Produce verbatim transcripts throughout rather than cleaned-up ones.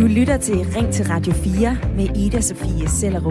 lytter til Ring til Radio fire med Ida Sofie Sellerup.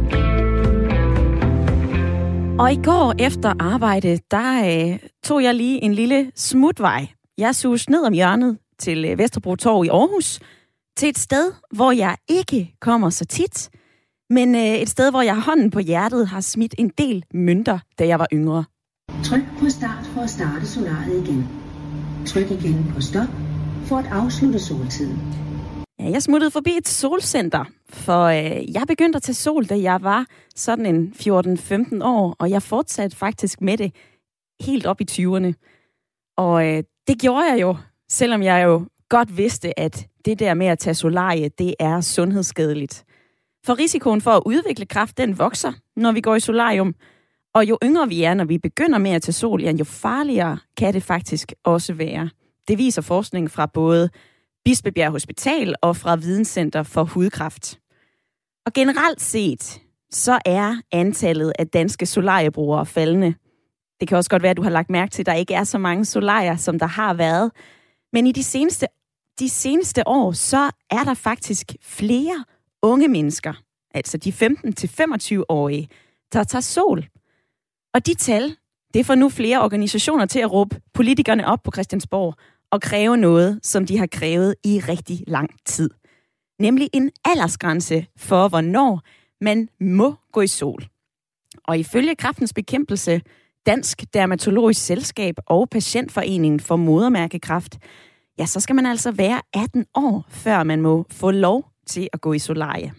Og i går efter arbejde, der øh, tog jeg lige en lille smutvej. Jeg susede ned om hjørnet til øh, Vesterbro Torv i Aarhus, til et sted, hvor jeg ikke kommer så tit, men øh, et sted, hvor jeg hånden på hjertet har smidt en del mønter, da jeg var yngre. Tryk på start for at starte solariet igen. Tryk igen på stop for at afslutte soltiden. Ja, jeg smuttede forbi et solcenter, for øh, jeg begyndte at tage sol, da jeg var sådan en fjorten femten år, og jeg fortsatte faktisk med det helt op i tyverne. Og øh, det gjorde jeg jo, selvom jeg jo godt vidste, at det der med at tage solarie, det er sundhedsskadeligt. For risikoen for at udvikle kræft, den vokser, når vi går i solarium. Og jo yngre vi er, når vi begynder med at tage sol, jo farligere kan det faktisk også være. Det viser forskning fra både Bispebjerg Hospital og fra Videnscenter for Hudkræft. Og generelt set, så er antallet af danske solariebrugere faldende. Det kan også godt være, at du har lagt mærke til, at der ikke er så mange solarier, som der har været. Men i de seneste, de seneste år, så er der faktisk flere unge mennesker, altså de femten til femogtyve-årige, der tager sol. Og de tal, det får nu flere organisationer til at råbe politikerne op på Christiansborg og kræve noget, som de har krævet i rigtig lang tid. Nemlig en aldersgrænse for, hvornår man må gå i sol. Og ifølge Kræftens Bekæmpelse, Dansk Dermatologisk Selskab og Patientforeningen for Modermærkekræft, ja, så skal man altså være atten år, før man må få lov til at gå i solarie.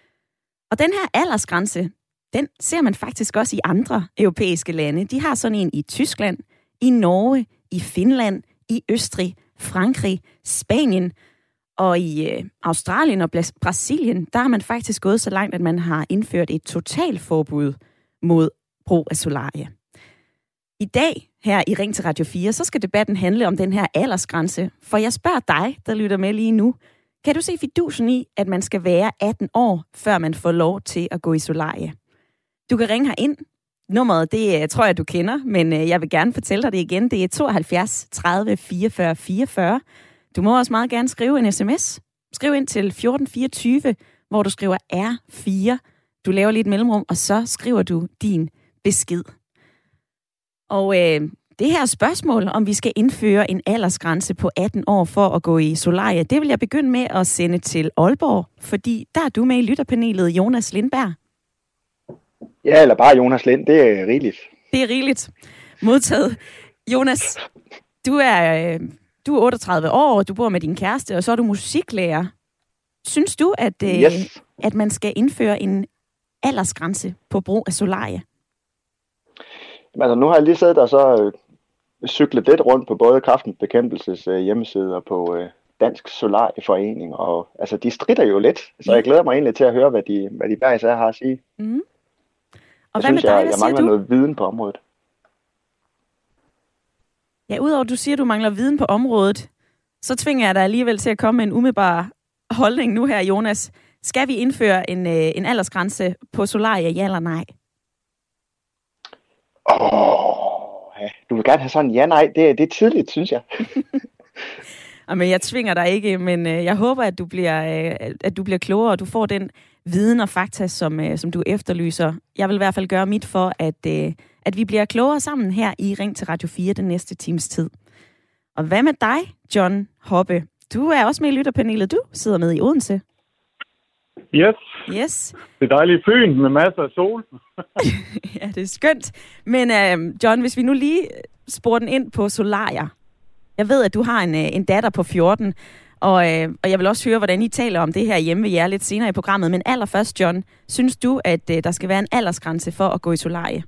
Og den her aldersgrænse, den ser man faktisk også i andre europæiske lande. De har sådan en i Tyskland, i Norge, i Finland, i Østrig, Frankrig, Spanien og i øh, Australien og Brasilien, der har man faktisk gået så langt, at man har indført et totalforbud mod brug af solarie. I dag her i Ring til Radio fire, så skal debatten handle om den her aldersgrænse. For jeg spørger dig, der lytter med lige nu, kan du se fidusen i, at man skal være atten år, før man får lov til at gå i solarie? Du kan ringe her ind. Nummeret, det tror jeg, du kender, men jeg vil gerne fortælle dig det igen. Det er tooghalvfjerds tredive fireogfyrre fireogfyrre. Du må også meget gerne skrive en sms. Skriv ind til fjorten fireogtyve, hvor du skriver R fire. Du laver lige et mellemrum, og så skriver du din besked. Og øh, det her spørgsmål, om vi skal indføre en aldersgrænse på atten år for at gå i solarie, det vil jeg begynde med at sende til Aalborg, fordi der er du med i lytterpanelet, Jonas Lindberg. Ja, eller bare Jonas Lind, det er rigeligt. Det er rigeligt. Modtaget. Jonas, du er, øh, du er otteogtredive år, du bor med din kæreste, og så er du musiklærer. Synes du, at, øh, yes. at man skal indføre en aldersgrænse på brug af solarie? Altså, nu har jeg lige siddet og så øh, cyklet lidt rundt på både Kræftens Bekæmpelses øh, hjemmeside og på øh, Dansk Solarieforening, og altså, de stritter jo lidt, så jeg glæder mig egentlig til at høre, hvad de, hvad de hver især har at sige. Mm. Og jeg hvad synes, med dig, jeg, jeg mangler du? noget viden på området. Ja, udover at du siger, at du mangler viden på området, så tvinger jeg dig alligevel til at komme med en umiddelbar holdning nu her, Jonas. Skal vi indføre en, øh, en aldersgrænse på solarie, ja eller nej? Åh, ja. Du vil gerne have sådan ja-nej. Det, det er tidligt, synes jeg. Jamen, jeg tvinger dig ikke, men øh, jeg håber, at du bliver, øh, at du bliver klogere, og du får den viden og fakta, som, øh, som du efterlyser. Jeg vil i hvert fald gøre mit for, at, øh, at vi bliver klogere sammen her i Ring til Radio fire den næste times tid. Og hvad med dig, John Hoppe? Du er også med i lytterpanelet. Du sidder med i Odense. Yes. Yes. Det er dejligt Fyn med masser af sol. Ja, det er skønt. Men øh, John, hvis vi nu lige sporer den ind på solarier. Jeg ved, at du har en, en datter på fjorten, og, øh, og jeg vil også høre, hvordan I taler om det her hjemme ved jer lidt senere i programmet. Men allerførst, John, synes du, at øh, der skal være en aldersgrænse for at gå i solarie?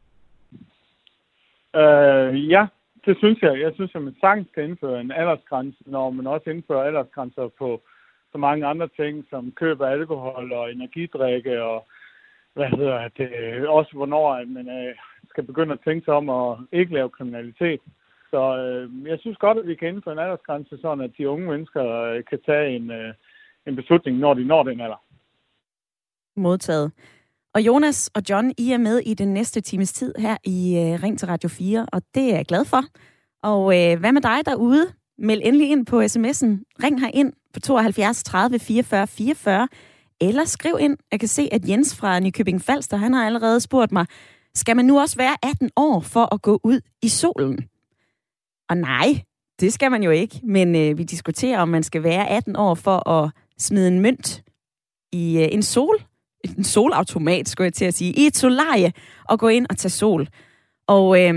Uh, ja, det synes jeg. Jeg synes, at man sagtens skal indføre en aldersgrænse, når man også indfører aldersgrænser på så mange andre ting, som køb af alkohol og energidrikke, og hvad hedder det, også hvornår man øh, skal begynde at tænke sig om at ikke lave kriminalitet. Så øh, jeg synes godt, at vi kan indføre en aldersgrænse, sådan at de unge mennesker øh, kan tage en, øh, en beslutning, når de når den alder. Modtaget. Og Jonas og John, I er med i den næste times tid her i øh, Ring til Radio fire, og det er jeg glad for. Og øh, hvad med dig derude? Meld endelig ind på sms'en. Ring her ind på tooghalvfjerds tredive fireogfyrre fireogfyrre, eller skriv ind. Jeg kan se, at Jens fra Nykøbing Falster, han har allerede spurgt mig, skal man nu også være atten år for at gå ud i solen? Og nej, det skal man jo ikke, men øh, vi diskuterer, om man skal være atten år for at smide en mønt i øh, en sol, en solautomat, skulle jeg til at sige, i et solarie, og gå ind og tage sol. Og øh,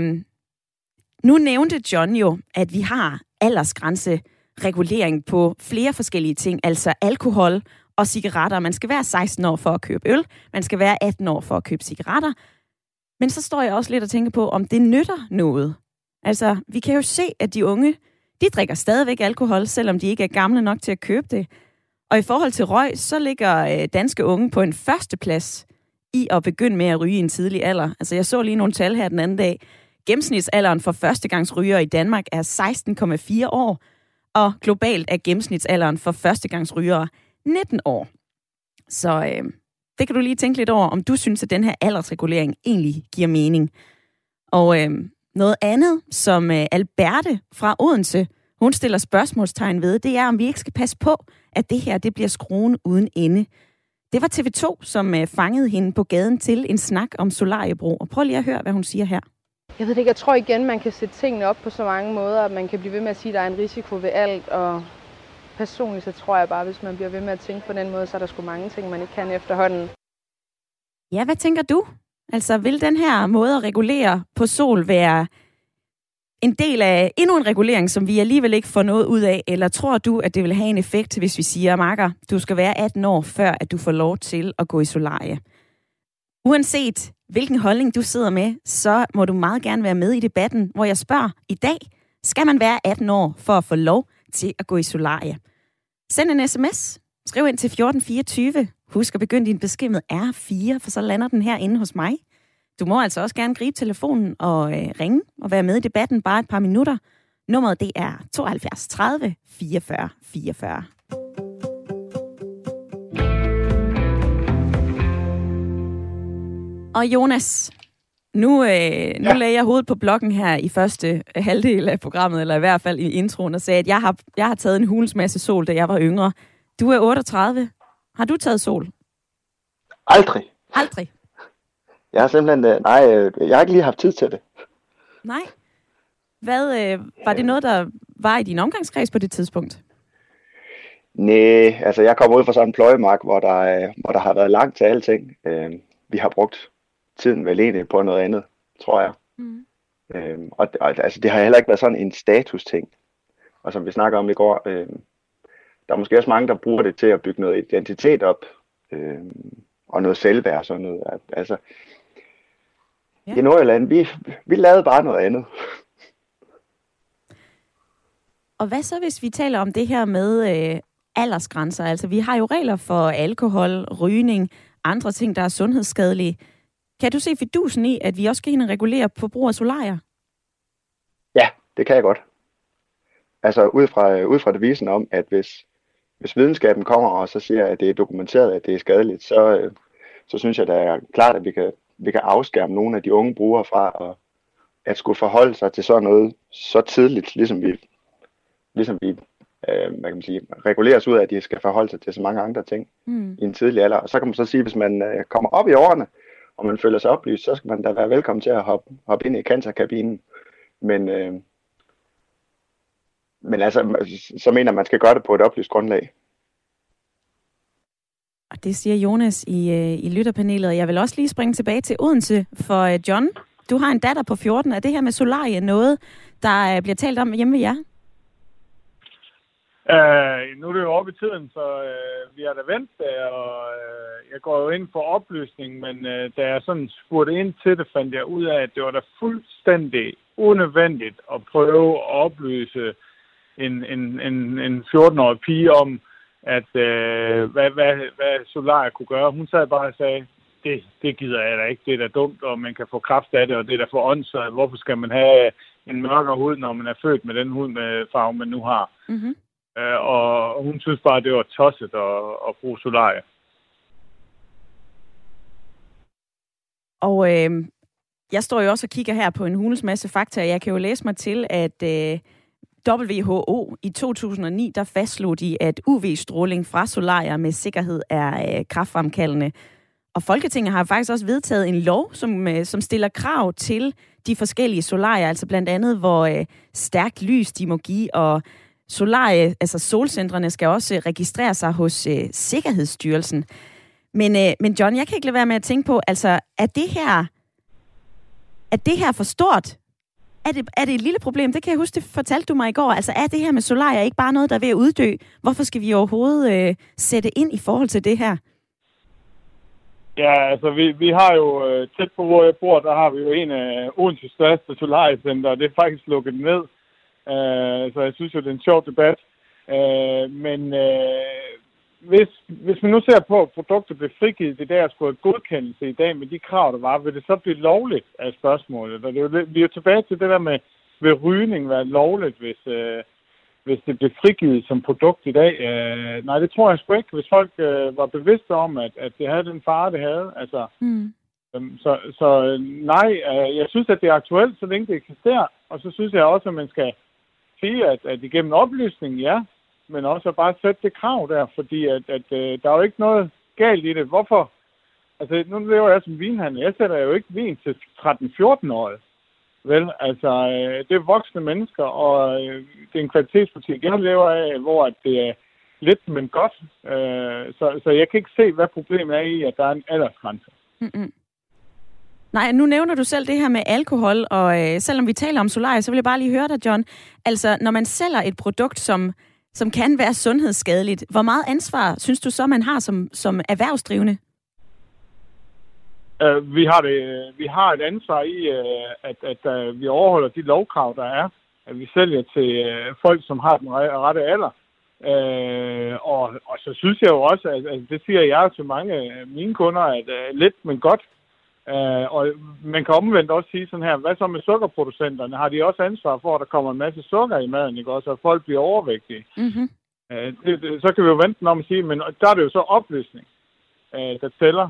nu nævnte John jo, at vi har aldersgrænseregulering på flere forskellige ting, altså alkohol og cigaretter. Man skal være seksten år for at købe øl, man skal være atten år for at købe cigaretter. Men så står jeg også lidt og tænker på, om det nytter noget. Altså, vi kan jo se, at de unge, de drikker stadigvæk alkohol, selvom de ikke er gamle nok til at købe det. Og i forhold til røg, så ligger danske unge på en førsteplads i at begynde med at ryge i en tidlig alder. Altså, jeg så lige nogle tal her den anden dag. Gennemsnitsalderen for førstegangsrygere i Danmark er seksten komma fire år, og globalt er gennemsnitsalderen for førstegangsrygere nitten år. Så øh, det kan du lige tænke lidt over, om du synes, at den her aldersregulering egentlig giver mening. Og øh, noget andet, som øh, Alberte fra Odense, hun stiller spørgsmålstegn ved, det er, om vi ikke skal passe på, at det her det bliver skruen uden ende. Det var T V to, som øh, fangede hende på gaden til en snak om solariebrug. Og prøv lige at høre, hvad hun siger her. Jeg ved det ikke, jeg tror igen, man kan sætte tingene op på så mange måder, at man kan blive ved med at sige, at der er en risiko ved alt. Og personligt så tror jeg bare, hvis man bliver ved med at tænke på den måde, så er der sgu mange ting, man ikke kan efterhånden. Ja, hvad tænker du? Altså, vil den her måde at regulere på sol være en del af endnu en regulering, som vi alligevel ikke får noget ud af? Eller tror du, at det vil have en effekt, hvis vi siger, Marker, du skal være atten år, før at du får lov til at gå i solarie? Uanset hvilken holdning du sidder med, så må du meget gerne være med i debatten, hvor jeg spørger i dag, skal man være atten år for at få lov til at gå i solarie? Send en sms. Skriv ind til fjorten fireogtyve. Husk at begynde din besked med R fire, for så lander den her inde hos mig. Du må altså også gerne gribe telefonen og øh, ringe og være med i debatten bare et par minutter. Nummeret det er tooghalvfjerds tredive fireogfyrre fireogfyrre. Og Jonas, nu, øh, nu ja. lagde jeg hovedet på blokken her i første halvdel af programmet, eller i hvert fald i introen, og sagde, at jeg har, jeg har taget en hulens masse sol, da jeg var yngre. Du er otteogtredive. Har du taget sol? Aldrig. Aldrig? Jeg har simpelthen, nej, jeg har ikke lige haft tid til det. Nej. Hvad, øh, var det noget, der var i din omgangskreds på det tidspunkt? Nej, altså jeg kommer ud fra sådan en pløjemark, hvor der, hvor der har været langt til alting. Øh, vi har brugt tiden vel egentlig på noget andet, tror jeg. Mm. Øh, og altså, det har heller ikke været sådan en status-ting. Og som vi snakker om i går, øh, der er måske også mange, der bruger det til at bygge noget identitet op. Øh, og noget selvværd og sådan noget. Altså, ja. I Nordjylland, vi, vi lavede bare noget andet. Og hvad så, hvis vi taler om det her med øh, aldersgrænser? Altså, vi har jo regler for alkohol, rygning, andre ting, der er sundhedsskadelige. Kan du se fidusen i, at vi også skal regulere på brug af solarier? Ja, det kan jeg godt. Altså, ud fra, ud fra devisen om, at hvis, hvis videnskaben kommer og så siger, at det er dokumenteret, at det er skadeligt, så, øh, så synes jeg, det er klart, at vi kan, vi kan afskærme nogle af de unge brugere fra at, at skulle forholde sig til sådan noget så tidligt, ligesom vi, ligesom vi øh, hvad kan man sige, reguleres ud af, at de skal forholde sig til så mange andre ting mm. i en tidlig alder. Og så kan man så sige, at hvis man øh, kommer op i årene, og man føler sig oplyst, så skal man da være velkommen til at hoppe, hoppe ind i cancerkabinen. Men, øh, men altså, så mener man, skal gøre det på et oplyst grundlag. Og det siger Jonas i, øh, i lytterpanelet. Jeg vil også lige springe tilbage til Odense, for øh, John, du har en datter på fjorten. Er det her med solarie noget, der øh, bliver talt om hjemme ved jer? Uh, nu er det jo oppe i tiden, så uh, vi har da vendt det, og uh, jeg går jo ind for oplysning, men uh, da jeg sådan spurgte ind til det, fandt jeg ud af, at det var da fuldstændig unødvendigt at prøve at oplyse en, en, en, en fjorten-årig pige om, at uh, hvad, hvad, hvad solarie kunne gøre. Hun sad bare og sagde, det, det gider jeg da ikke, det er da dumt, og man kan få kraft af det, og det er da for åndssvagt. Hvorfor skal man have en mørkere hud, når man er født med den hud med farve, man nu har? Mm-hmm. Uh, og hun synes bare, det var tosset at, at bruge solarie. Og øh, jeg står jo også og kigger her på en hulens masse fakta, og jeg kan jo læse mig til, at øh, W H O i to tusind og ni, der fastslog de, at U V-stråling fra solarier med sikkerhed er øh, kræftfremkaldende. Og Folketinget har faktisk også vedtaget en lov, som, øh, som stiller krav til de forskellige solarier, altså blandt andet, hvor øh, stærkt lys de må give, og solarie, altså solcentrene skal også øh, registrere sig hos øh, Sikkerhedsstyrelsen. Men, øh, men John, jeg kan ikke lade være med at tænke på, altså, er det her, er det her for stort? Er det, er det et lille problem? Det kan jeg huske, det fortalte du mig i går. Altså, er det her med solarier ikke bare noget, der er ved at uddø? Hvorfor skal vi overhovedet øh, sætte ind i forhold til det her? Ja, altså, vi, vi har jo øh, tæt på, hvor jeg bor, der har vi jo en af Odenses største solariecenter, og det er faktisk lukket ned. Uh, så jeg synes jo, det er en sjov debat. Uh, men uh, hvis, hvis man nu ser på, at produktet bliver frigivet, det der at skulle have godkendelse i dag med de krav, der var, vil det så blive lovligt af spørgsmålet? Og det er jo, vi er jo tilbage til det der med, vil rygning være lovligt, hvis, uh, hvis det bliver frigivet som produkt i dag? Uh, nej, det tror jeg sgu ikke, hvis folk uh, var bevidste om, at, at det havde den fare, det havde. Altså, mm. um, så, så nej, uh, jeg synes, at det er aktuelt, så længe det eksisterer. Og så synes jeg også, at man skal sige, at, at igennem oplysning, ja, men også bare sætte det krav der, fordi at, at, at der er jo ikke noget galt i det. Hvorfor? Altså, nu lever jeg som vinhandler. Jeg sætter jo ikke vin til tretten-fjorten-årige. Vel, altså, det er voksne mennesker, og det er en kvalitetsbutik, jeg lever af, hvor det er lidt, men godt. Så, så jeg kan ikke se, hvad problemet er i, at der er en aldersgrænse. Mm-mm. Nej, nu nævner du selv det her med alkohol, og øh, selvom vi taler om solarier, så vil jeg bare lige høre dig, John. Altså, når man sælger et produkt, som, som kan være sundhedsskadeligt, hvor meget ansvar synes du så, man har som, som erhvervsdrivende? Uh, vi, har det, vi har et ansvar i, uh, at, at uh, vi overholder de lovkrav, der er. At vi sælger til uh, folk, som har den rette alder. Uh, og, og så synes jeg jo også, at, at det siger jeg til mange af mine kunder, at uh, lidt, men godt. Uh, og man kan omvendt også sige sådan her, hvad så med sukkerproducenterne? Har de også ansvar for, at der kommer en masse sukker i maden, ikke også, og folk bliver overvægtige? Mm-hmm. Uh, det, det, så kan vi jo vente den om at sige, men der er det jo så oplysning, uh, der tæller.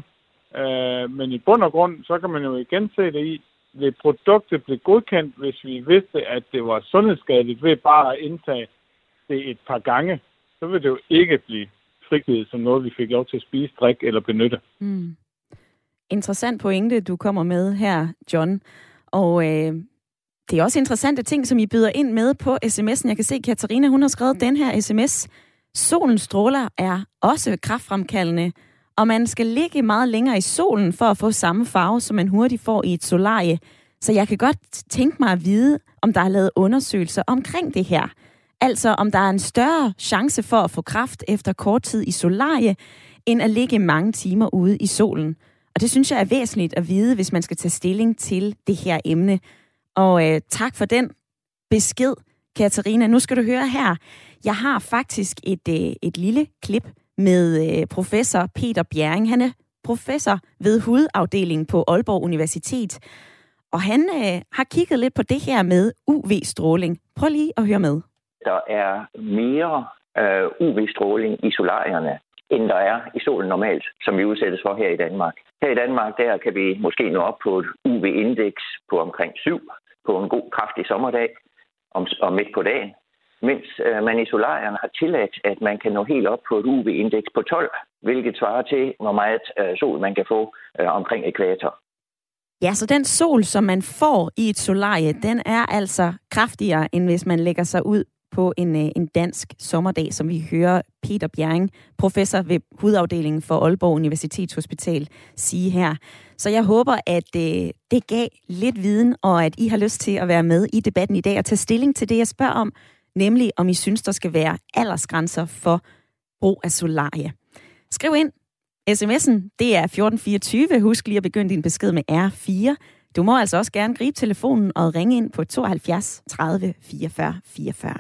Uh, men i bund og grund, så kan man jo igen se det i, at produktet blev godkendt, hvis vi vidste, at det var sundhedsskadeligt ved bare at indtage det et par gange, så vil det jo ikke blive frigivet som noget, vi fik lov til at spise, drikke eller benytte. Mm. Interessant pointe, du kommer med her, John. Og øh, det er også interessante ting, som I byder ind med på sms'en. Jeg kan se, at Katarina, hun har skrevet den her sms. Solens stråler er også kræftfremkaldende, og man skal ligge meget længere i solen for at få samme farve, som man hurtigt får i et solarie. Så jeg kan godt tænke mig at vide, om der er lavet undersøgelser omkring det her. Altså, om der er en større chance for at få kræft efter kort tid i solarie, end at ligge mange timer ude i solen. Og det synes jeg er væsentligt at vide, hvis man skal tage stilling til det her emne. Og øh, tak for den besked, Katarina. Nu skal du høre her. Jeg har faktisk et, øh, et lille klip med øh, professor Peter Bjerring. Han er professor ved hudafdelingen på Aalborg Universitet. Og han øh, har kigget lidt på det her med U V-stråling. Prøv lige at høre med. Der er mere øh, U V-stråling i solarierne, end der er i solen normalt, som vi udsættes for her i Danmark. Her i Danmark, der kan vi måske nå op på et U V-indeks på omkring syv på en god, kraftig sommerdag om, om midt på dagen, mens øh, man i solarierne har tilladt, at man kan nå helt op på et U V-indeks på tolv, hvilket svarer til, hvor meget øh, sol man kan få øh, omkring ækvator. Ja, så den sol, som man får i et solarie, den er altså kraftigere, end hvis man lægger sig ud på en, en dansk sommerdag, som vi hører Peter Bjerring, professor ved hudafdelingen for Aalborg Universitetshospital, sige her. Så jeg håber, at øh, det gav lidt viden, og at I har lyst til at være med i debatten i dag og tage stilling til det, jeg spørger om, nemlig om I synes, der skal være aldersgrænser for brug af solarie. Skriv ind. sms'en, det er fjorten fireogtyve. Husk lige at begynde din besked med R fire. Du må altså også gerne gribe telefonen og ringe ind på tooghalvfjerds tredive fireogfyrre fireogfyrre.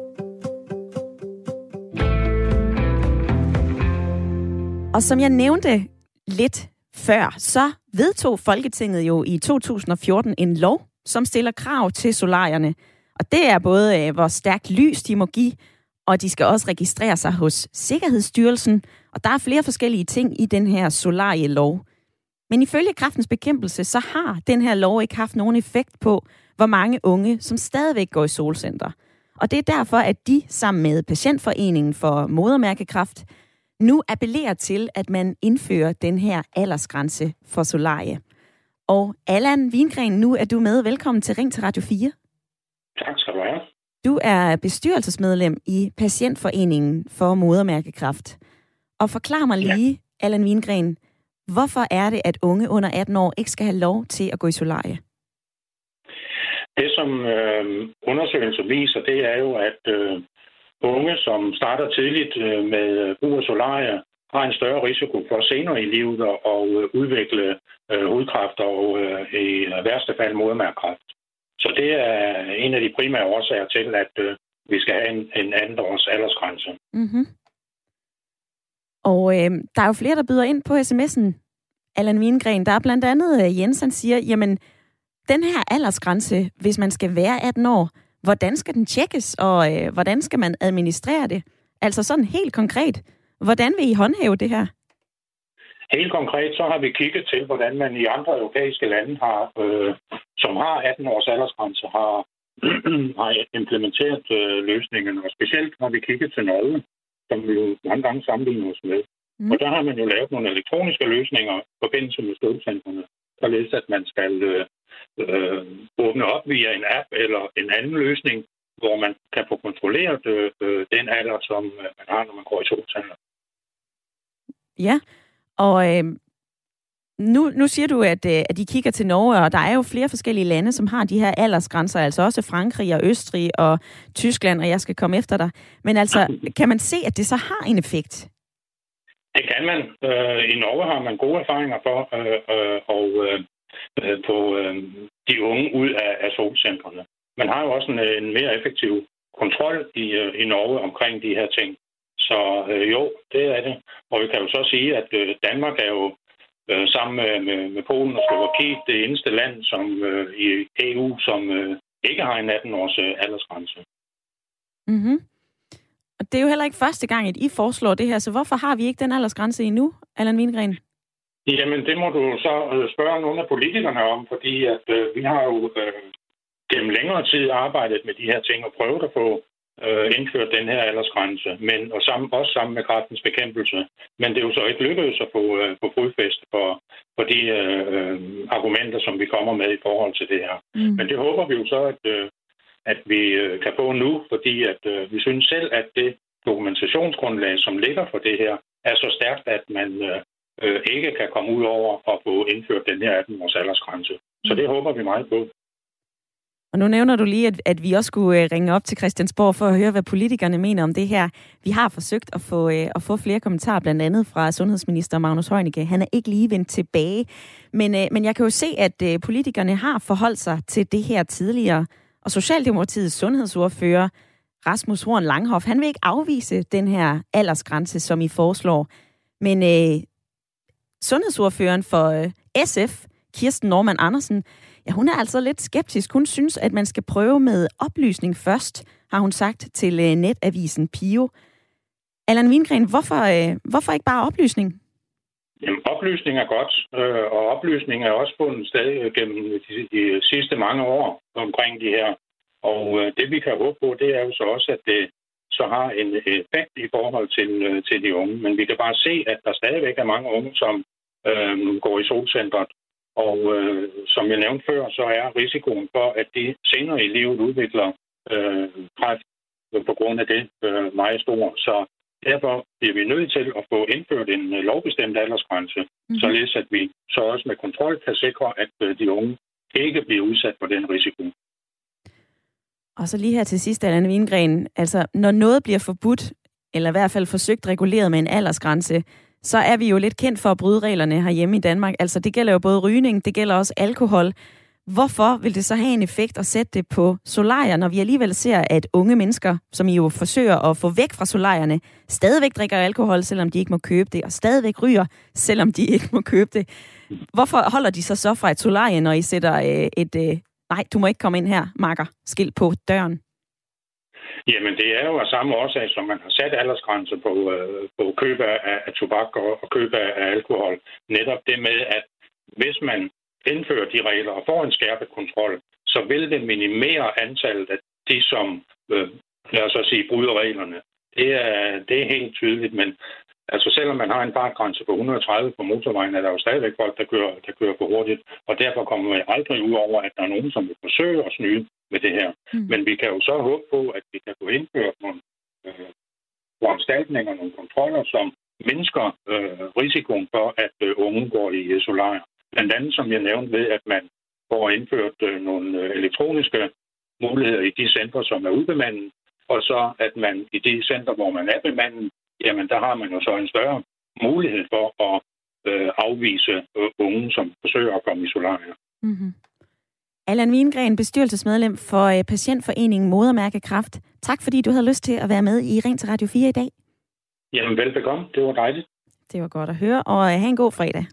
Og som jeg nævnte lidt før, så vedtog Folketinget jo i to tusind og fjorten en lov, som stiller krav til solarierne. Og det er både, hvor stærkt lys de må give, og de skal også registrere sig hos Sikkerhedsstyrelsen. Og der er flere forskellige ting i den her solarielov. Men ifølge Kræftens Bekæmpelse, så har den her lov ikke haft nogen effekt på, hvor mange unge, som stadigvæk går i solcenter. Og det er derfor, at de sammen med Patientforeningen for Modermærkekræft nu appellerer til, at man indfører den her aldersgrænse for solarie. Og Allan Vingren, nu er du med. Velkommen til Ring til Radio fire. Tak skal du have. Du er bestyrelsesmedlem i Patientforeningen for Modermærkekræft. Og forklar mig lige, ja. Allan Vingren, hvorfor er det, at unge under atten år ikke skal have lov til at gå i solarie? Det, som øh, undersøgelser viser, det er jo, at øh, unge, som starter tidligt øh, med brug af solarie, har en større risiko for senere i livet at øh, udvikle øh, hudkræft og øh, i værste fald modermærkekræft. Så det er en af de primære årsager til, at øh, vi skal have en, en anden års aldersgrænse. Mm-hmm. Og øh, der er jo flere, der byder ind på sms'en, Allan Vingren. Der er blandt andet øh, Jens, han siger, jamen, den her aldersgrænse, hvis man skal være atten år, hvordan skal den tjekkes, og øh, hvordan skal man administrere det? Altså sådan helt konkret, hvordan vil I håndhæve det her? Helt konkret, så har vi kigget til, hvordan man i andre europæiske lande, har, øh, som har atten års aldersgrænse, har, har implementeret øh, løsningen. Og specielt har vi kigget til Norge, som vi jo mange gange sammenligner os med. Mm. Og der har man jo lavet nogle elektroniske løsninger i forbindelse med støvcentrene, således at man skal øh, øh, åbne op via en app eller en anden løsning, hvor man kan få kontrolleret øh, den alder, som øh, man har, når man går i solcenter. Ja, og øh, nu, nu siger du, at, øh, at de kigger til Norge, og der er jo flere forskellige lande, som har de her aldersgrænser, altså også Frankrig og Østrig og Tyskland, og jeg skal komme efter dig. Men altså, kan man se, at det så har en effekt? Det kan man. Øh, I Norge har man gode erfaringer for øh, øh, og øh, på øh, de unge ud af, af solcentrene. Man har jo også en, en mere effektiv kontrol i, øh, i Norge omkring de her ting. Så øh, jo, det er det. Og vi kan jo så sige, at øh, Danmark er jo øh, sammen med, med, med Polen og Slovakiet det eneste land som øh, i E U, som øh, ikke har en atten års øh, aldersgrænse. Mhm. Og det er jo heller ikke første gang, at I foreslår det her, så hvorfor har vi ikke den aldersgrænse endnu, Allan Vingren? Jamen, det må du så spørge nogle af politikerne om, fordi at øh, vi har jo øh, gennem længere tid arbejdet med de her ting og prøvet at få øh, indført den her aldersgrænse, men og sammen, også sammen med kræftens bekæmpelse. Men det er jo så ikke lykkedes at få, øh, få fodfæste for, for de øh, argumenter, som vi kommer med i forhold til det her. Mm. Men det håber vi jo så, at øh, at vi kan få nu, fordi at øh, vi synes selv, at det dokumentationsgrundlag, som ligger for det her, er så stærkt, at man øh, ikke kan komme ud over at få indført den her atten års aldersgrænse. Så det håber vi meget på. Og nu nævner du lige, at, at vi også skulle ringe op til Christiansborg for at høre, hvad politikerne mener om det her. Vi har forsøgt at få, øh, at få flere kommentarer, blandt andet fra sundhedsminister Magnus Heunicke. Han er ikke lige vendt tilbage. Men, øh, men jeg kan jo se, at øh, politikerne har forholdt sig til det her tidligere. Og Socialdemokratiets sundhedsordfører, Rasmus Horn Langhoff, han vil ikke afvise den her aldersgrænse, som I foreslår. Men øh, sundhedsordføreren for øh, S F, Kirsten Normann Andersen, ja, hun er altså lidt skeptisk. Hun synes, at man skal prøve med oplysning først, har hun sagt til øh, netavisen Pio. Allan Vingren, hvorfor, øh, hvorfor ikke bare oplysning? Jamen, oplysning er godt, øh, og oplysning er også fundet sted gennem de, de sidste mange år omkring de her. Og øh, det vi kan håbe på, det er jo så også, at det så har en effekt i forhold til, øh, til de unge. Men vi kan bare se, at der stadigvæk er mange unge, som øh, går i solcentret. Og øh, som jeg nævnte før, så er risikoen for, at de senere i livet udvikler øh, kræft på grund af det øh, meget stor. Så derfor bliver vi nødt til at få indført en lovbestemt aldersgrænse, mm-hmm. således at vi så også med kontrol kan sikre, at de unge ikke bliver udsat for den risiko. Og så lige her til sidst, Allan Vingren, altså når noget bliver forbudt, eller i hvert fald forsøgt reguleret med en aldersgrænse, så er vi jo lidt kendt for at bryde reglerne herhjemme i Danmark. Altså det gælder jo både rygning, det gælder også alkohol. Hvorfor vil det så have en effekt at sætte det på solarier, når vi alligevel ser, at unge mennesker, som I jo forsøger at få væk fra solarierne, stadigvæk drikker alkohol, selvom de ikke må købe det, og stadigvæk ryger, selvom de ikke må købe det? Hvorfor holder de sig så fra et solarie, når I sætter øh, et, øh, nej, du må ikke komme ind her, makker, skilt på døren? Jamen, det er jo af samme årsag, som man har sat aldersgrænser på, øh, på køb af, af tobak og, og køb af, af alkohol. Netop det med, at hvis man indfører de regler og får en skærpet kontrol, så vil det minimere antallet af de, som øh, lad os så sige, bryder reglerne. Det er, det er helt tydeligt, men altså selvom man har en fartgrænse på et hundrede og tredive på motorvejen, er der jo stadigvæk folk, der kører, der kører for hurtigt, og derfor kommer man aldrig ud over, at der er nogen, som vil forsøge at snyde med det her. Mm. Men vi kan jo så håbe på, at vi kan få indført nogle øh, foranstaltninger, nogle kontroller, som mindsker øh, risikoen for, at øh, unge går i solarier. Blandt andet, som jeg nævnte ved, at man får indført øh, nogle øh, elektroniske muligheder i de centre, som er ubemandet, og så at man i de centre, hvor man er bemandet, jamen der har man jo så en større mulighed for at øh, afvise øh, unge, som forsøger at komme i solarier. Mm-hmm. Allan Wingren, bestyrelsesmedlem for øh, Patientforeningen Modermærke Kræft. Tak fordi du havde lyst til at være med i Ring til Radio fire i dag. Jamen velbekomme, det var dejligt. Det var godt at høre, og øh, have en god fredag.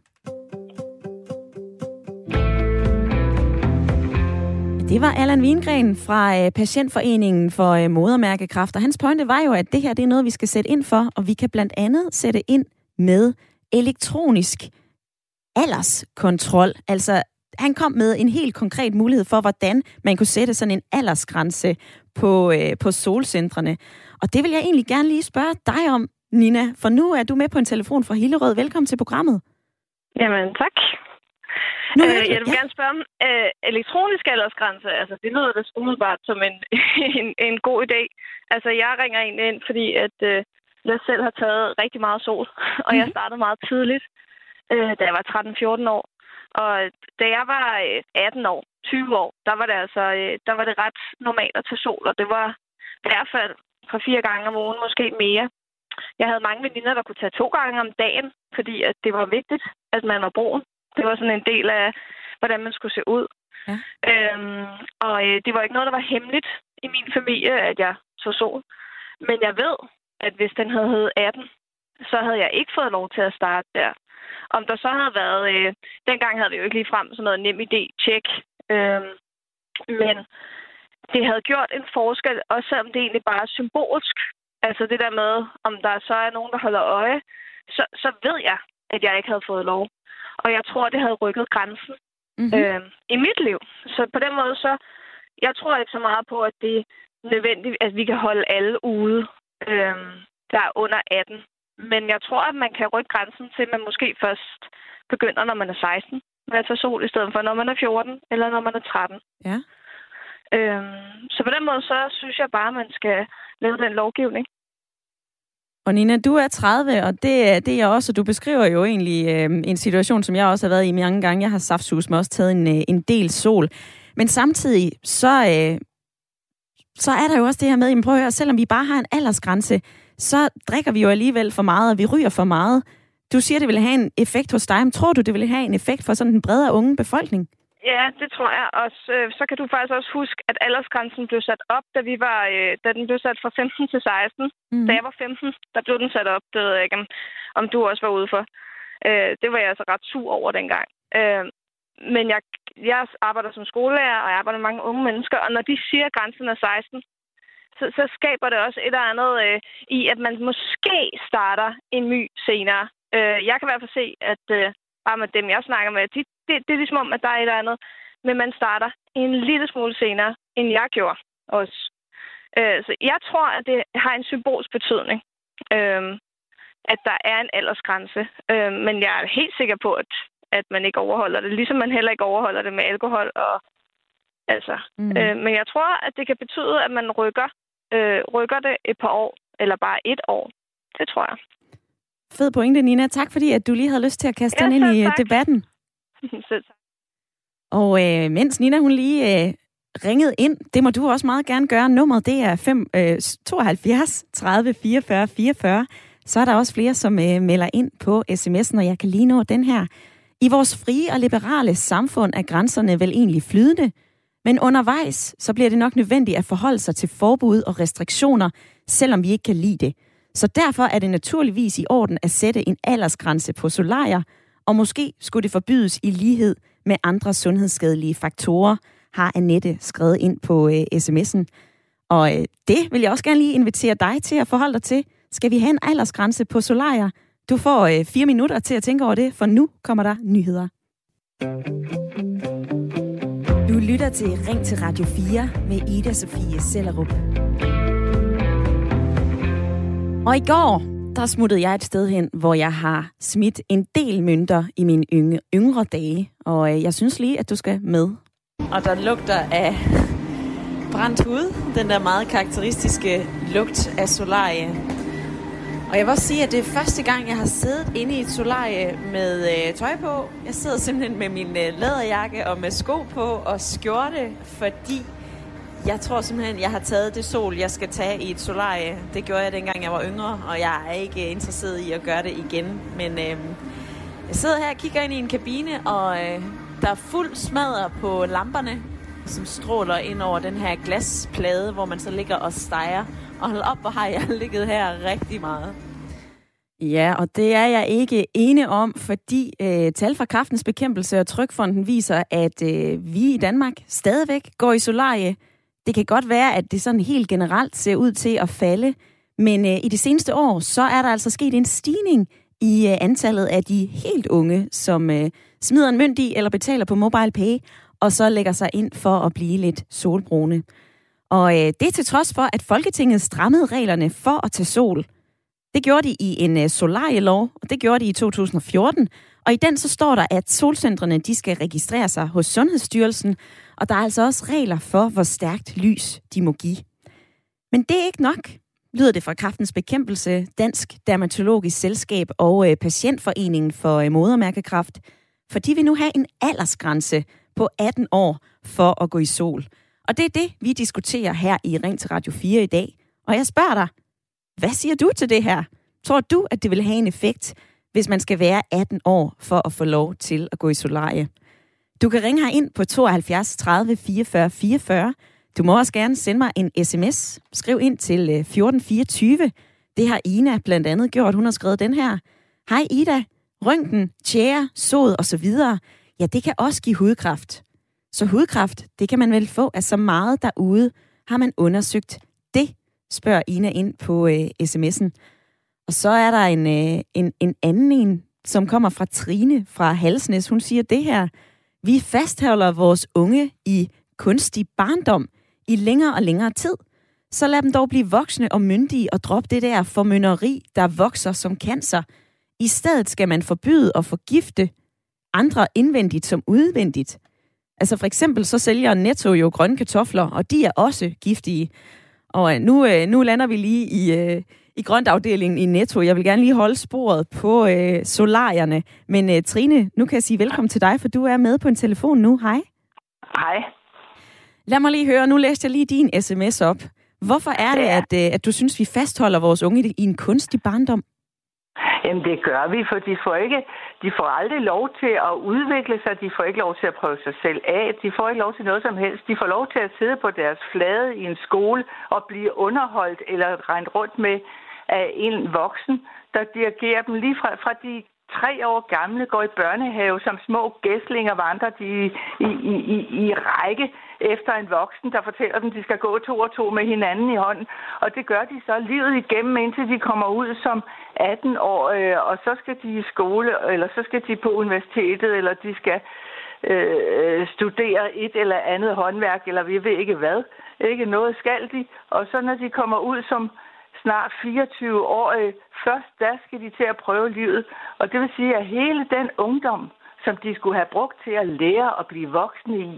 Det var Allan Wingren fra øh, Patientforeningen for øh, Modermærke Kræft, og hans pointe var jo, at det her det er noget, vi skal sætte ind for, og vi kan blandt andet sætte ind med elektronisk alderskontrol. Altså, han kom med en helt konkret mulighed for, hvordan man kunne sætte sådan en aldersgrænse på, øh, på solcentrene. Og det vil jeg egentlig gerne lige spørge dig om, Nina, for nu er du med på en telefon fra Hillerød. Velkommen til programmet. Jamen, tak. Nu øh, jeg vil ja. gerne spørge om øh, elektronisk aldersgrænse. Altså, det lyder da umiddelbart som en, en, en god idé. Altså, jeg ringer egentlig ind, fordi at, øh, jeg selv har taget rigtig meget sol, og mm-hmm. jeg startede meget tidligt, øh, da jeg var tretten fjorten år. Og da jeg var øh, atten år, tyve år, der var det altså øh, der var det ret normalt at tage sol, og det var i hvert fald fra fire gange om ugen, måske mere. Jeg havde mange veninder, der kunne tage to gange om dagen, fordi at det var vigtigt, at man var brun. Det var sådan en del af, hvordan man skulle se ud. Ja. Øhm, og øh, det var ikke noget, der var hemmeligt i min familie, at jeg så sol. Men jeg ved, at hvis den havde heddet atten, så havde jeg ikke fået lov til at starte der. Om der så havde været... Øh, dengang havde vi jo ikke lige frem sådan noget nem idé-tjek. Øh, men det havde gjort en forskel, også selvom det egentlig bare er symbolsk. Altså det der med, om der så er nogen, der holder øje, så, så ved jeg, at jeg ikke havde fået lov. Og jeg tror, det havde rykket grænsen mm-hmm. øh, i mit liv. Så på den måde, så jeg tror ikke så meget på, at det er nødvendigt, at vi kan holde alle ude, øh, der er under atten. Men jeg tror, at man kan rykke grænsen til, at man måske først begynder, når man er seksten, med at tage sol, i stedet for, når man er fjorten, eller når man er tretten. Ja. Øh, så på den måde, så synes jeg bare, at man skal lave den lovgivning. Og Nina, du er tredive, og det, det er også, du beskriver jo egentlig øh, en situation, som jeg også har været i mange gange. Jeg har saftsus med også taget en, øh, en del sol. Men samtidig, så, øh, så er der jo også det her med, at prøv at høre, selvom vi bare har en aldersgrænse, så drikker vi jo alligevel for meget, og vi ryger for meget. Du siger, det vil have en effekt hos dig, men tror du, det vil have en effekt for sådan en bredere unge befolkning? Ja, det tror jeg. Og så, så kan du faktisk også huske, at aldersgrænsen blev sat op, da vi var, øh, da den blev sat fra femten til seksten. Mm. Da jeg var femten, der blev den sat op. Det ved jeg ikke, om, om du også var ude for. Øh, det var jeg altså ret sur over dengang. Øh, men jeg, jeg arbejder som skolelærer, og jeg arbejder med mange unge mennesker, og når de siger, at grænsen er seksten, så, så skaber det også et eller andet øh, i, at man måske starter en my senere. Øh, jeg kan i hvert fald se, at øh, bare med dem, jeg snakker med, de Det, det er ligesom om, at der er et eller andet, men man starter en lille smule senere, end jeg gjorde også. Øh, så jeg tror, at det har en symbolsk betydning, øh, at der er en aldersgrænse. Øh, men jeg er helt sikker på, at, at man ikke overholder det, ligesom man heller ikke overholder det med alkohol. Og, altså. mm. øh, men jeg tror, at det kan betyde, at man rykker, øh, rykker det et par år, eller bare et år. Det tror jeg. Fed pointe, Nina. Tak fordi, at du lige havde lyst til at kaste ja, den ind i tak. debatten. Og øh, mens Nina hun lige øh, ringede ind, det må du også meget gerne gøre. Nummeret det er fem, øh, tooghalvfjerds tredive fireogfyrre fireogfyrre. Så er der også flere, som øh, melder ind på sms'en, og jeg kan lige nå den her. I vores frie og liberale samfund er grænserne vel egentlig flydende, men undervejs så bliver det nok nødvendigt at forholde sig til forbud og restriktioner, selvom vi ikke kan lide det. Så derfor er det naturligvis i orden at sætte en aldersgrænse på solarier, og måske skulle det forbydes i lighed med andre sundhedsskadelige faktorer, har Annette skrevet ind på øh, sms'en. Og øh, det vil jeg også gerne lige invitere dig til at forholde dig til. Skal vi have en aldersgrænse på solarier? Du får øh, fire minutter til at tænke over det, for nu kommer der nyheder. Du lytter til Ring til Radio fire med Ida Sofie Sellerup. Og i går, der smuttede jeg et sted hen, hvor jeg har smidt en del mønter i mine yngre, yngre dage. Og øh, jeg synes lige, at du skal med. Og der lugter af brændt hud. Den der meget karakteristiske lugt af solarie. Og jeg vil også sige, at det er første gang, jeg har siddet inde i et solarie med øh, tøj på. Jeg sidder simpelthen med min øh, læderjakke og med sko på og skjorte, fordi jeg tror simpelthen, jeg har taget det sol, jeg skal tage i et solarie. Det gjorde jeg, dengang jeg var yngre, og jeg er ikke interesseret i at gøre det igen. Men øh, jeg sidder her og kigger ind i en kabine, og øh, der er fuld smadder på lamperne, som stråler ind over den her glasplade, hvor man så ligger og steger. Og hold op, hvor har jeg ligget her rigtig meget. Ja, og det er jeg ikke ene om, fordi øh, tal fra Kræftens Bekæmpelse og Trygfonden viser, at øh, vi i Danmark stadigvæk går i solarie. Det kan godt være, at det sådan helt generelt ser ud til at falde, men øh, i de seneste år, så er der altså sket en stigning i øh, antallet af de helt unge, som øh, smider en mønt i eller betaler på MobilePay, og så lægger sig ind for at blive lidt solbrune. Og øh, det er til trods for, at Folketinget strammede reglerne for at tage sol. Det gjorde de i en øh, solarielov, og det gjorde de i to tusind og fjorten. Og i den så står der, at solcentrene de skal registrere sig hos Sundhedsstyrelsen, og der er altså også regler for, hvor stærkt lys de må give. Men det er ikke nok, lyder det fra Kræftens Bekæmpelse, Dansk Dermatologisk Selskab og øh, Patientforeningen for øh, Modermærkekræft, for de vil nu have en aldersgrænse på atten år for at gå i sol. Og det er det, vi diskuterer her i Ring til Radio fire i dag. Og jeg spørger dig, hvad siger du til det her? Tror du, at det vil have en effekt, hvis man skal være atten år for at få lov til at gå i solarie? Du kan ringe her ind på tooghalvfjerds tredive fireogfyrre fireogfyrre. Du må også gerne sende mig en sms. Skriv ind til fjorten fireogtyve. Det har Ina blandt andet gjort. Hun har skrevet den her. Hej Ida, røntgen, tjære, sod og så videre. Ja, det kan også give hudkræft. Så hudkræft, det kan man vel få af så meget derude. Har man undersøgt det, spørger Ina ind på øh, sms'en. Og så er der en, øh, en, en anden en, som kommer fra Trine fra Halsnæs. Hun siger det her. Vi fastholder vores unge i kunstig barndom i længere og længere tid. Så lad dem dog blive voksne og myndige og drop det der formynderi, der vokser som cancer. I stedet skal man forbyde og forgifte andre indvendigt som udvendigt. Altså for eksempel så sælger Netto jo grønne kartofler, og de er også giftige. Og nu, nu lander vi lige i, i grøntafdelingen i Netto. Jeg vil gerne lige holde sporet på øh, solarierne. Men øh, Trine, nu kan jeg sige velkommen til dig, for du er med på en telefon nu. Hej. Hej. Lad mig lige høre, nu læste jeg lige din sms op. Hvorfor er det, at, øh, at du synes, vi fastholder vores unge i en kunstig barndom? Jamen det gør vi, for de får ikke, de får aldrig lov til at udvikle sig, de får ikke lov til at prøve sig selv af, de får ikke lov til noget som helst, de får lov til at sidde på deres flade i en skole og blive underholdt eller regnet rundt med af en voksen, der dirigerer dem lige fra, fra de tre år gamle, går i børnehave som små gæslinger, vandrer de i, i, i, i række efter en voksen, der fortæller dem, at de skal gå to og to med hinanden i hånden. Og det gør de så livet igennem, indtil de kommer ud som atten år, øh, og så skal de i skole, eller så skal de på universitetet, eller de skal øh, studere et eller andet håndværk, eller vi ved ikke hvad. Ikke noget skal de. Og så når de kommer ud som snart fireogtyve år, øh, først der skal de til at prøve livet. Og det vil sige, at hele den ungdom, som de skulle have brugt til at lære at blive voksne i.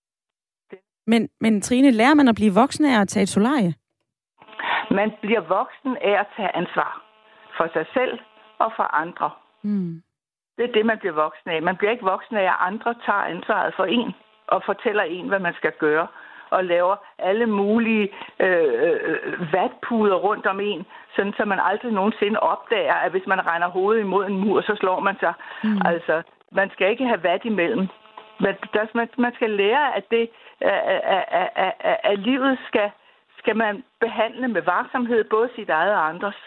Men, men Trine, lærer man at blive voksen af at tage et solarie? Man bliver voksen af at tage ansvar for sig selv og for andre. Mm. Det er det, man bliver voksen af. Man bliver ikke voksen af, at andre tager ansvaret for en og fortæller en, hvad man skal gøre, og laver alle mulige øh, øh, vatpuder rundt om en, sådan så man aldrig nogensinde opdager, at hvis man regner hovedet imod en mur, så slår man sig. Mm. Altså, man skal ikke have vat imellem. Men der, man skal lære, at det at, at, at, at, at livet skal, skal man behandle med varsomhed, både sit eget og andres.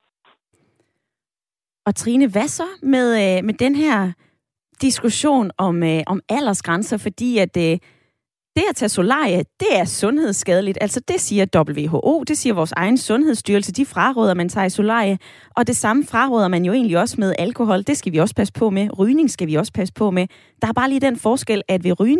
Og Trine, hvad så med, med den her diskussion om, om aldersgrænser? Fordi at det at tage solarie, det er sundhedsskadeligt. Altså det siger W H O, det siger vores egen sundhedsstyrelse. De fraråder, man tager i solarie. Og det samme fraråder man jo egentlig også med alkohol. Det skal vi også passe på med. Rygning skal vi også passe på med. Der er bare lige den forskel, at ved rygning,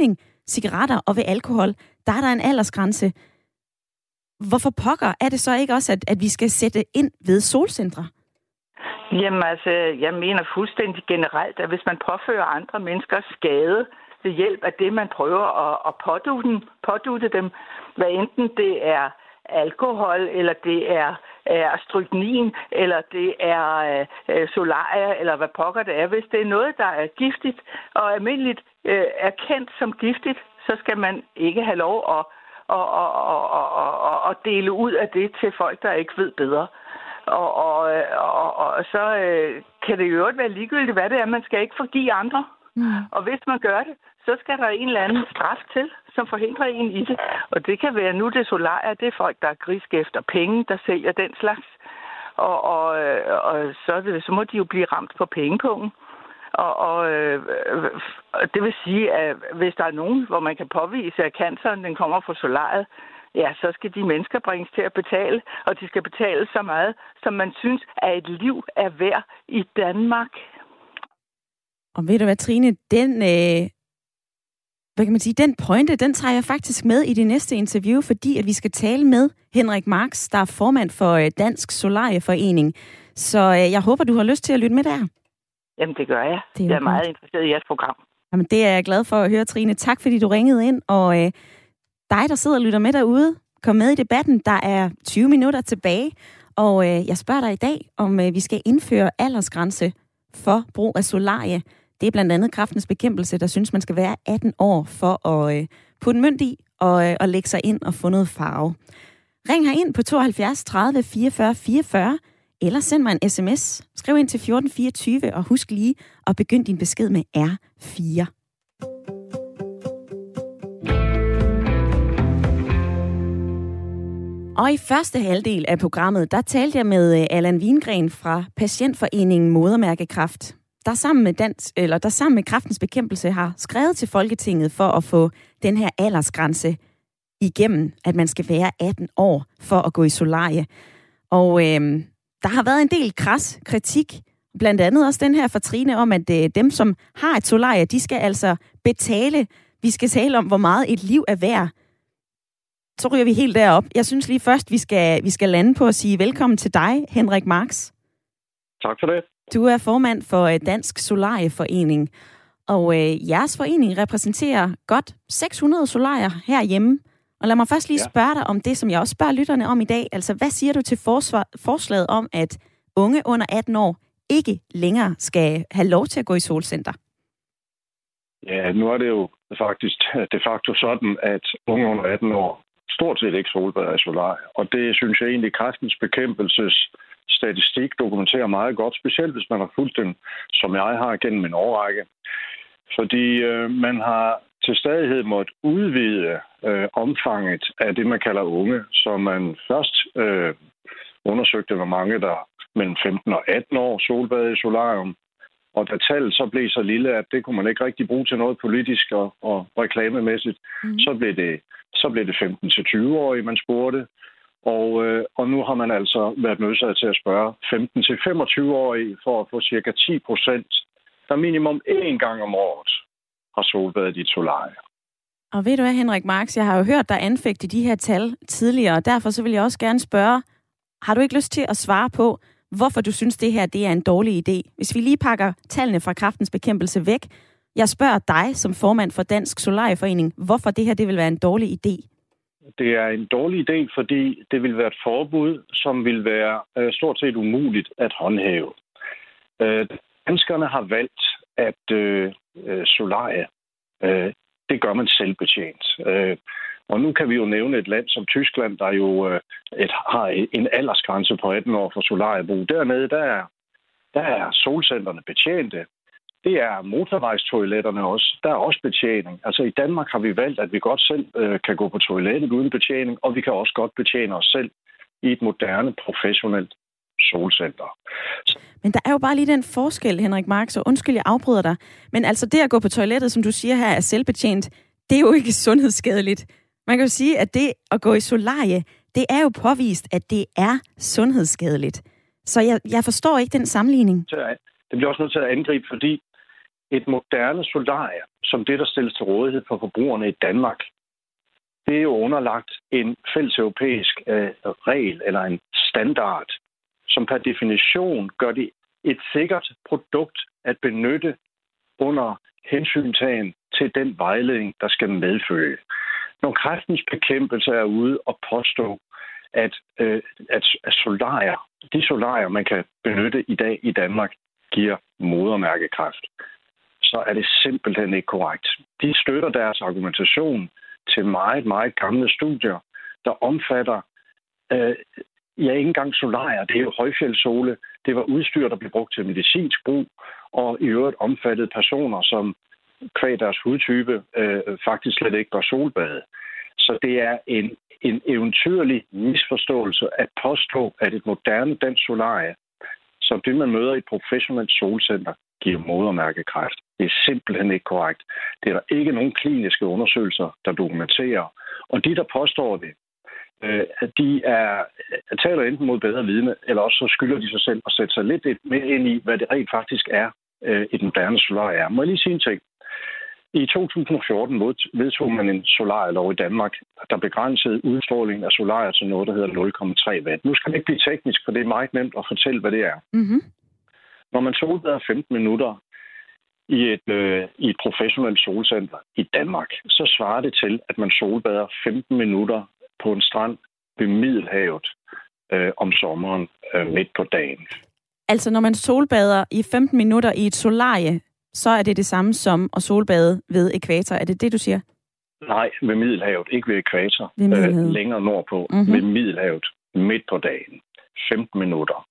cigaretter og ved alkohol, der er der en aldersgrænse. Hvorfor pokker er det så ikke også, at, at vi skal sætte ind ved solcentre? Jamen altså, jeg mener fuldstændig generelt, at hvis man påfører andre mennesker skade ved hjælp af det, man prøver at, at pådute, pådute dem, hvad enten det er alkohol, eller det er, er stryknin, eller det er øh, solarier, eller hvad pokker det er. Hvis det er noget, der er giftigt og almindeligt øh, er kendt som giftigt, så skal man ikke have lov at, at, at, at, at, at dele ud af det til folk, der ikke ved bedre. Og, og, og, og så øh, kan det jo også være ligegyldigt, hvad det er, man skal ikke forgive andre. Mm. Og hvis man gør det, så skal der en eller anden straf til, som forhindrer en i det. Og det kan være nu det solarier, det er folk, der er griske efter penge, der sælger den slags. Og, og, og så, det, så må de jo blive ramt på pengepungen. Og, og øh, det vil sige, at hvis der er nogen, hvor man kan påvise, at canceren den kommer fra solariet, ja, så skal de mennesker bringes til at betale, og de skal betale så meget, som man synes, at et liv er værd i Danmark. Og ved du hvad, Trine, den, øh, hvad kan man sige, den pointe, den tager jeg faktisk med i det næste interview, fordi at vi skal tale med Henrik Marx, der er formand for øh, Dansk Solarieforening. Så øh, jeg håber, du har lyst til at lytte med der. Jamen, det gør jeg. Det er jeg er meget interesseret i jeres program. Jamen, det er jeg glad for at høre, Trine. Tak, fordi du ringede ind, og øh, dig, der sidder og lytter med derude, kom med i debatten. Der er tyve minutter tilbage, og øh, jeg spørger dig i dag, om øh, vi skal indføre aldersgrænse for brug af solarie. Det er blandt andet Kræftens Bekæmpelse, der synes, man skal være atten år for at øh, putte mønt i og, øh, og lægge sig ind og få noget farve. Ring her ind på tooghalvfjerds tredive fireogfyrre fireogfyrre, eller send mig en sms. Skriv ind til fjorten fireogtyve, og husk lige at begynde din besked med R fire. Og i første halvdel af programmet, der talte jeg med Allan Wingren fra Patientforeningen Modermærkekræft, der sammen med, Dans, eller der sammen med Kræftens Bekæmpelse har skrevet til Folketinget for at få den her aldersgrænse igennem, at man skal være atten år for at gå i solarie. Og øh, der har været en del kras kritik, blandt andet også den her fra Trine om, at øh, dem, som har et solarie, de skal altså betale. Vi skal tale om, hvor meget et liv er værd. Så ryger vi helt derop. Jeg synes lige først, vi skal, vi skal lande på at sige velkommen til dig, Henrik Marx. Tak for det. Du er formand for Dansk Solarieforening, og øh, jeres forening repræsenterer godt seks hundrede solarier herhjemme. Og lad mig først lige spørge dig om det, som jeg også spørger lytterne om i dag. Altså, hvad siger du til forsvar, forslaget om, at unge under atten år ikke længere skal have lov til at gå i solcenter? Ja, nu er det jo faktisk de facto sådan, at unge under atten år stort set ikke solbader i solarier. Og det synes jeg egentlig, Kræftens Bekæmpelses statistik dokumenterer meget godt, specielt hvis man har fulgt den, som jeg har gennem en årrække. Fordi øh, man har til stadighed måtte udvide øh, omfanget af det, man kalder unge, så man først øh, undersøgte, hvor mange der mellem femten og atten år solbade i solarium. Og da tallet så blev så lille, at det kunne man ikke rigtig bruge til noget politisk og, og reklamemæssigt, mm. så blev det, så blev det femten til tyve-årige, man spurgte. Og, øh, og nu har man altså været nødsaget til at spørge femten til femogtyve-årige for at få cirka ti procent, der minimum én gang om året har solbadet i et solarie. Og ved du hvad, Henrik Marx, jeg har jo hørt dig anfægte de her tal tidligere, og derfor så vil jeg også gerne spørge, har du ikke lyst til at svare på, hvorfor du synes, det her det er en dårlig idé? Hvis vi lige pakker tallene fra Kræftens Bekæmpelse væk, jeg spørger dig som formand for Dansk Solarieforening, hvorfor det her det vil være en dårlig idé? Det er en dårlig idé, fordi det vil være et forbud, som vil være øh, stort set umuligt at håndhæve. Øh, danskerne har valgt, at øh, solarie, øh, det gør man selvbetjent. Øh, og nu kan vi jo nævne et land som Tyskland, der jo øh, et, har en aldersgrænse på atten år for solariebrug. Dernede, der er, der er solcenterne betjente. Det er motorvejstoiletterne også. Der er også betjening. Altså i Danmark har vi valgt, at vi godt selv øh, kan gå på toilettet uden betjening, og vi kan også godt betjene os selv i et moderne, professionelt solcenter. Men der er jo bare lige den forskel, Henrik Marx, og undskyld, jeg afbryder dig. Men altså det at gå på toilettet, som du siger her, er selvbetjent, det er jo ikke sundhedsskadeligt. Man kan jo sige, at det at gå i solarie, det er jo påvist, at det er sundhedsskadeligt. Så jeg, jeg forstår ikke den sammenligning. Det bliver også nødt til at angribe, fordi et moderne solarie, som det, der stilles til rådighed for forbrugerne i Danmark, det er jo underlagt en fælles europæisk øh, regel eller en standard, som per definition gør det et sikkert produkt at benytte under hensyntagen til den vejledning, der skal medfølge. Når Kræftens Bekæmpelse er ude og påstå, at, øh, at, at solarier, de solarier, man kan benytte i dag i Danmark, giver modermærkekræft, så er det simpelthen ikke korrekt. De støtter deres argumentation til meget, meget gamle studier, der omfatter, øh, ja, ikke engang solarier, det er jo højfjeldssole, det var udstyr, der blev brugt til medicinsk brug, og i øvrigt omfattede personer, som kvæg deres hudtype øh, faktisk slet ikke går solbade. Så det er en, en eventyrlig misforståelse at påstå, at et moderne dansk solarie, som det, man møder i et professionelt solcenter, giver modermærkekræft. Det er simpelthen ikke korrekt. Det er der ikke nogen kliniske undersøgelser, der dokumenterer. Og de, der påstår det, øh, de er, taler enten mod bedre vidne, eller også så skylder de sig selv at sætte sig lidt mere ind i, hvad det rent faktisk er, øh, et moderne solarie er. Må jeg lige sige en ting? I to tusind og fjorten vedtog man en solarielov i Danmark, der begrænsede udstrålingen af solarier til noget, der hedder nul komma tre watt. Nu skal det ikke blive teknisk, for det er meget nemt at fortælle, hvad det er. Mm-hmm. Når man solbader femten minutter i et, øh, i et professionelt solcenter i Danmark, så svarer det til, at man solbader femten minutter på en strand ved Middelhavet øh, om sommeren øh, midt på dagen. Altså når man solbader i femten minutter i et solarie, så er det det samme som at solbade ved ækvator. Er det det, du siger? Nej, ved Middelhavet. Ikke ved ækvator. Ved Middelhavet. Øh, længere nordpå. Mm-hmm. Ved Middelhavet. Midt på dagen. femten minutter.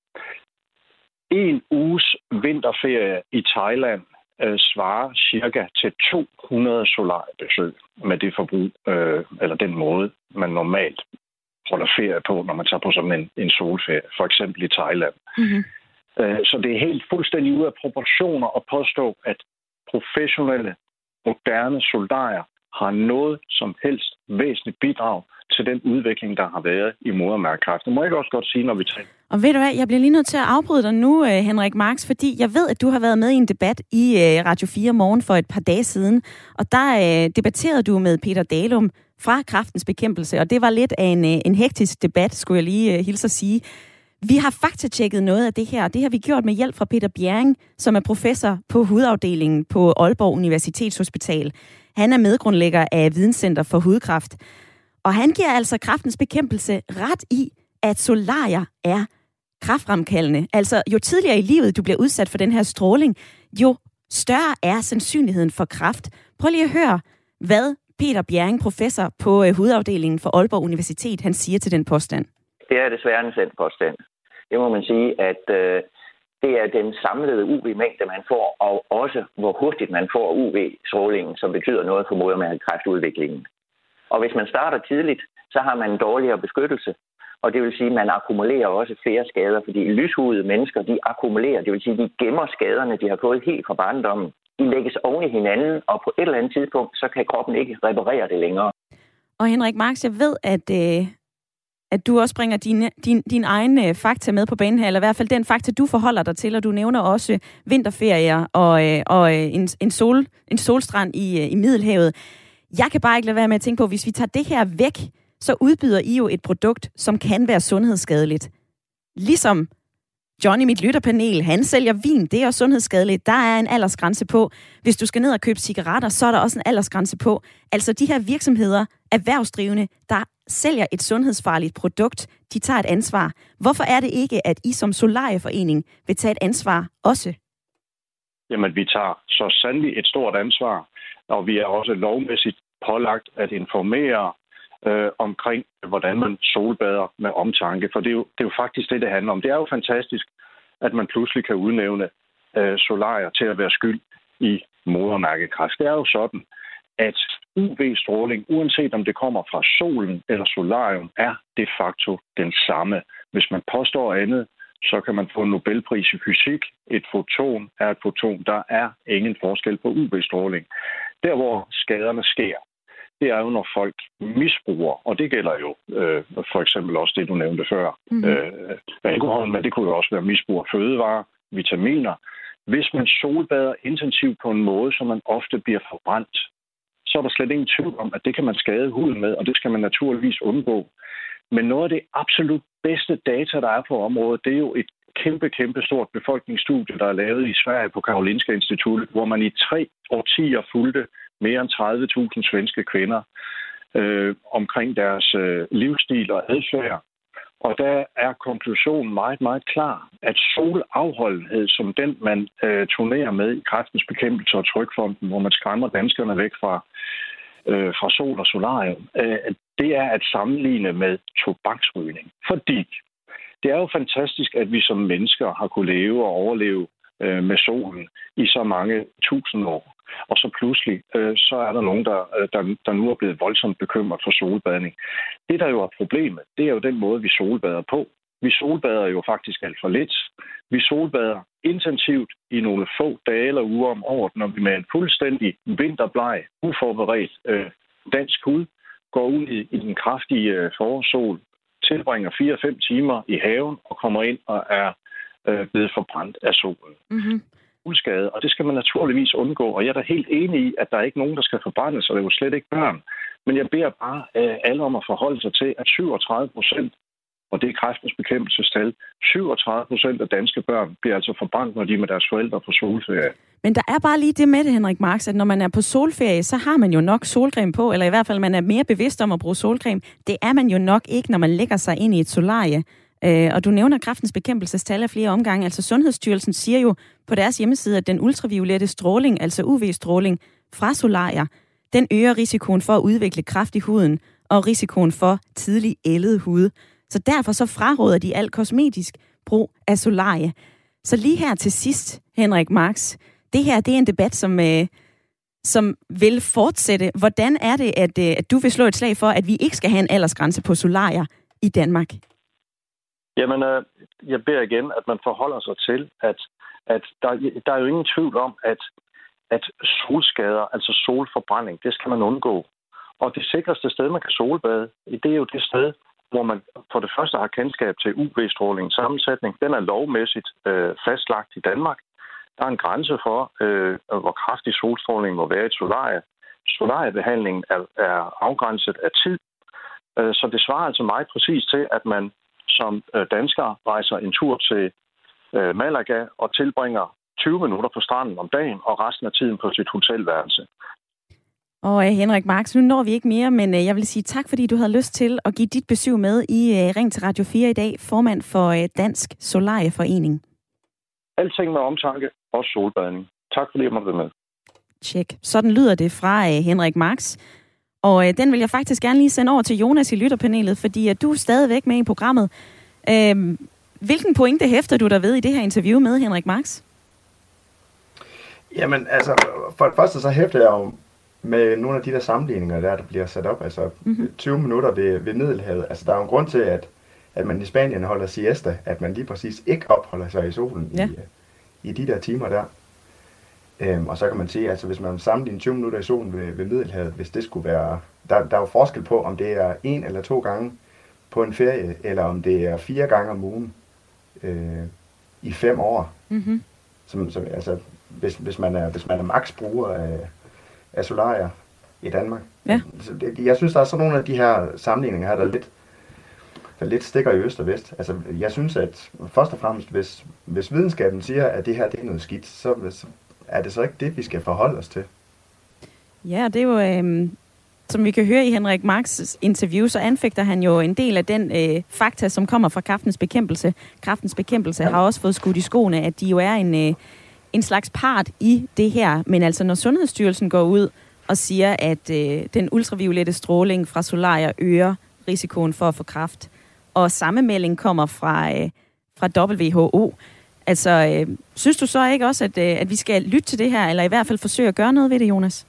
En uges vinterferie i Thailand øh, svarer cirka til to hundrede solariebesøg med det forbrug, øh, eller den måde, man normalt holder ferie på, når man tager på sådan en, en solferie. For eksempel i Thailand. Mm-hmm. Så det er helt fuldstændig ude af proportioner at påstå, at professionelle, moderne solarier har noget som helst væsentligt bidrag til den udvikling, der har været i modermærkekræft. Det må jeg også godt sige, når vi taler. Og ved du hvad, jeg bliver lige nødt til at afbryde dig nu, Henrik Marx, fordi jeg ved, at du har været med i en debat i Radio fire Morgen for et par dage siden, og der debatterede du med Peter Dalum fra Kræftens Bekæmpelse, og det var lidt af en, en hektisk debat, skulle jeg lige hilse at sige. Vi har faktatjekket noget af det her, det har vi gjort med hjælp fra Peter Bjerring, som er professor på hudafdelingen på Aalborg Universitetshospital. Han er medgrundlægger af Videnscenter for Hudkræft. Og han giver altså Kræftens Bekæmpelse ret i, at solarier er kræftfremkaldende. Altså, jo tidligere i livet du bliver udsat for den her stråling, jo større er sandsynligheden for kræft. Prøv lige at høre, hvad Peter Bjerring, professor på hudafdelingen for Aalborg Universitet, han siger til den påstand. Det er desværre en sand påstand. Det må man sige, at øh, det er den samlede U V-mængde, man får, og også hvor hurtigt man får U V-strålingen, som betyder noget for modermærkekræftudviklingen. Og hvis man starter tidligt, så har man en dårligere beskyttelse, og det vil sige, at man akkumulerer også flere skader, fordi lyshudede mennesker, de akkumulerer, det vil sige, at de gemmer skaderne, de har fået helt fra barndommen. De lægges oven i hinanden, og på et eller andet tidspunkt, så kan kroppen ikke reparere det længere. Og Henrik Marx, jeg ved, at... Øh at du også bringer din, din, din egen fakta med på banen her, eller i hvert fald den fakta, du forholder dig til, og du nævner også vinterferier og, og en, en, sol, en solstrand i, i Middelhavet. Jeg kan bare ikke lade være med at tænke på, hvis vi tager det her væk, så udbyder I jo et produkt, som kan være sundhedsskadeligt. Ligesom Johnny, mit lytterpanel, han sælger vin, det er også sundhedsskadeligt. Der er en aldersgrænse på. Hvis du skal ned og købe cigaretter, så er der også en aldersgrænse på. Altså de her virksomheder, erhvervsdrivende, der sælger et sundhedsfarligt produkt, de tager et ansvar. Hvorfor er det ikke, at I som Solarieforening vil tage et ansvar også? Jamen, vi tager så sandelig et stort ansvar, og vi er også lovmæssigt pålagt at informere øh, omkring, hvordan man solbader med omtanke. For det er, jo, det er jo faktisk det, det handler om. Det er jo fantastisk, at man pludselig kan udnævne øh, solarier til at være skyld i modermærkekræft. Det er jo sådan, at U V-stråling, uanset om det kommer fra solen eller solarium, er de facto den samme. Hvis man påstår andet, så kan man få en Nobelpris i fysik. Et foton er et foton. Der er ingen forskel på U V-stråling. Der, hvor skaderne sker, det er jo, når folk misbruger, og det gælder jo øh, for eksempel også det, du nævnte før, mm-hmm. øh, alkohol, men det kunne jo også være misbrug af fødevarer, vitaminer. hvis man solbader intensivt på en måde, så man ofte bliver forbrændt, så er der slet ingen tvivl om, at det kan man skade huden med, og det skal man naturligvis undgå. Men noget af det absolut bedste data, der er på området, det er jo et kæmpe, kæmpe stort befolkningsstudie, der er lavet i Sverige på Karolinska Instituttet, hvor man i tre årtier fulgte mere end tredive tusind svenske kvinder øh, omkring deres øh, livsstil og adfærd. Og der er konklusionen meget, meget klar, at solafholdenhed, som den man øh, turnerer med i Kræftens Bekæmpelse og Trygfonden, hvor man skræmmer danskerne væk fra, øh, fra sol og solarium, øh, det er at sammenligne med tobaksrygning. Fordi det er jo fantastisk, at vi som mennesker har kunne leve og overleve øh, med solen i så mange tusind år. Og så pludselig, øh, så er der nogen, der, der, der nu er blevet voldsomt bekymret for solbadning. Det, der jo er problemet, det er jo den måde, vi solbader på. Vi solbader jo faktisk alt for lidt. Vi solbader intensivt i nogle få dage eller uger om året, når vi med en fuldstændig vinterbleg, uforberedt øh, dansk hud går ud i, i den kraftige øh, forårssol, tilbringer fire fem timer i haven og kommer ind og er øh, blevet forbrændt af solen. Mm-hmm. Uskade, og det skal man naturligvis undgå. Og jeg er da helt enig i, at der er ikke nogen, der skal forbrændes, og det er jo slet ikke børn. Men jeg beder bare øh, alle om at forholde sig til, at syvogtredive procent, og det er Kræftens Bekæmpelsestal, syvogtredive procent af danske børn bliver altså forbrændt, når de er med deres forældre på solferie. Men der er bare lige det med det, Henrik Marx, at når man er på solferie, så har man jo nok solcreme på, eller i hvert fald man er mere bevidst om at bruge solcreme. Det er man jo nok ikke, når man lægger sig ind i et solarie. Øh, og du nævner Kræftens Bekæmpelsestal af flere omgange. Altså Sundhedsstyrelsen siger jo på deres hjemmeside, at den ultraviolette stråling, altså U V-stråling fra solarier, den øger risikoen for at udvikle kræft i huden og risikoen for tidlig ældet hud. Så derfor så fraråder de al kosmetisk brug af solarie. Så lige her til sidst, Henrik Marx, det her det er en debat, som, øh, som vil fortsætte. Hvordan er det, at, øh, at du vil slå et slag for, at vi ikke skal have en aldersgrænse på solarier i Danmark? Jamen, øh, jeg beder igen, at man forholder sig til, at, at der, der er jo ingen tvivl om, at, at solskader, altså solforbrænding, det skal man undgå. Og det sikreste sted, man kan solbade, det er jo det sted, hvor man for det første har kendskab til U V-strålingens sammensætning. Den er lovmæssigt øh, fastlagt i Danmark. Der er en grænse for, øh, hvor kraftig solstråling må være i et solarie. Solariebehandlingen er, er afgrænset af tid. Øh, så det svarer altså meget præcis til, at man som øh, dansker rejser en tur til øh, Malaga og tilbringer tyve minutter på stranden om dagen og resten af tiden på sit hotelværelse. Og Henrik Marx, nu når vi ikke mere, men jeg vil sige tak, fordi du havde lyst til at give dit besøg med i Ring til Radio fire i dag, formand for Dansk Solarieforening. Alting med omtanke, også solbadning. Tak fordi jeg måtte være med. Tjek. Sådan lyder det fra Henrik Marx. Og den vil jeg faktisk gerne lige sende over til Jonas i lytterpanelet, fordi at du er stadigvæk med i programmet. Øhm, hvilken pointe hæfter du der ved i det her interview med Henrik Marx? Jamen, altså, for det første så hæfter jeg jo med nogle af de der sammenligninger, der, der bliver sat op, altså mm-hmm. tyve minutter ved, ved Middelhavet. Altså, der er jo en grund til, at, at man i Spanien holder siesta, at man lige præcis ikke opholder sig i solen ja. i, i de der timer der. Øhm, og så kan man sige, altså hvis man sammenligner tyve minutter i solen ved, ved Middelhavet, hvis det skulle være, der, der er jo forskel på, om det er en eller to gange på en ferie, eller om det er fire gange om ugen øh, i fem år. Mm-hmm. Som, som, altså, hvis, hvis man er, hvis man er max bruger af, af solarier i Danmark. Ja. Så det, jeg synes, der er sådan nogle af de her sammenligninger her, der lidt, der lidt stikker i øst og vest. Altså, jeg synes, at først og fremmest, hvis, hvis videnskaben siger, at det her det er noget skidt, så, så er det så ikke det, vi skal forholde os til. Ja, det er jo, øh, som vi kan høre i Henrik Marx' interview, så anfægter han jo en del af den øh, fakta, som kommer fra Kræftens Bekæmpelse. Kræftens Bekæmpelse ja. har også fået skudt i skoene, at de jo er en, øh, en slags part i det her. Men altså, når Sundhedsstyrelsen går ud og siger, at øh, den ultraviolette stråling fra solarier øger risikoen for at få kræft, og samme melding kommer fra, øh, fra W H O. Altså, øh, synes du så ikke også, at, øh, at vi skal lytte til det her, eller i hvert fald forsøge at gøre noget ved det, Jonas?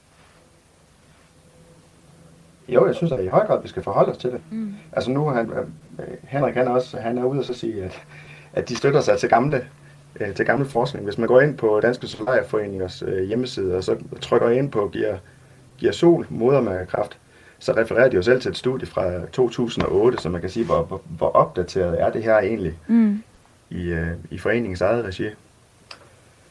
Jo, jeg synes at i høj grad, vi skal forholde os til det. Mm. Altså nu, han, øh, Henrik han er, også, han er ude og så sige, at, at de støtter sig til gamle, øh, til gamle forskning. Hvis man går ind på Danske Solarieforeningers øh, hjemmeside, og så trykker ind på giver, giver sol modermærkekræft, så refererer de jo selv til et studie fra to tusind og otte, så man kan sige, hvor, hvor, hvor opdateret er det her egentlig mm. i, øh, i foreningens eget regi.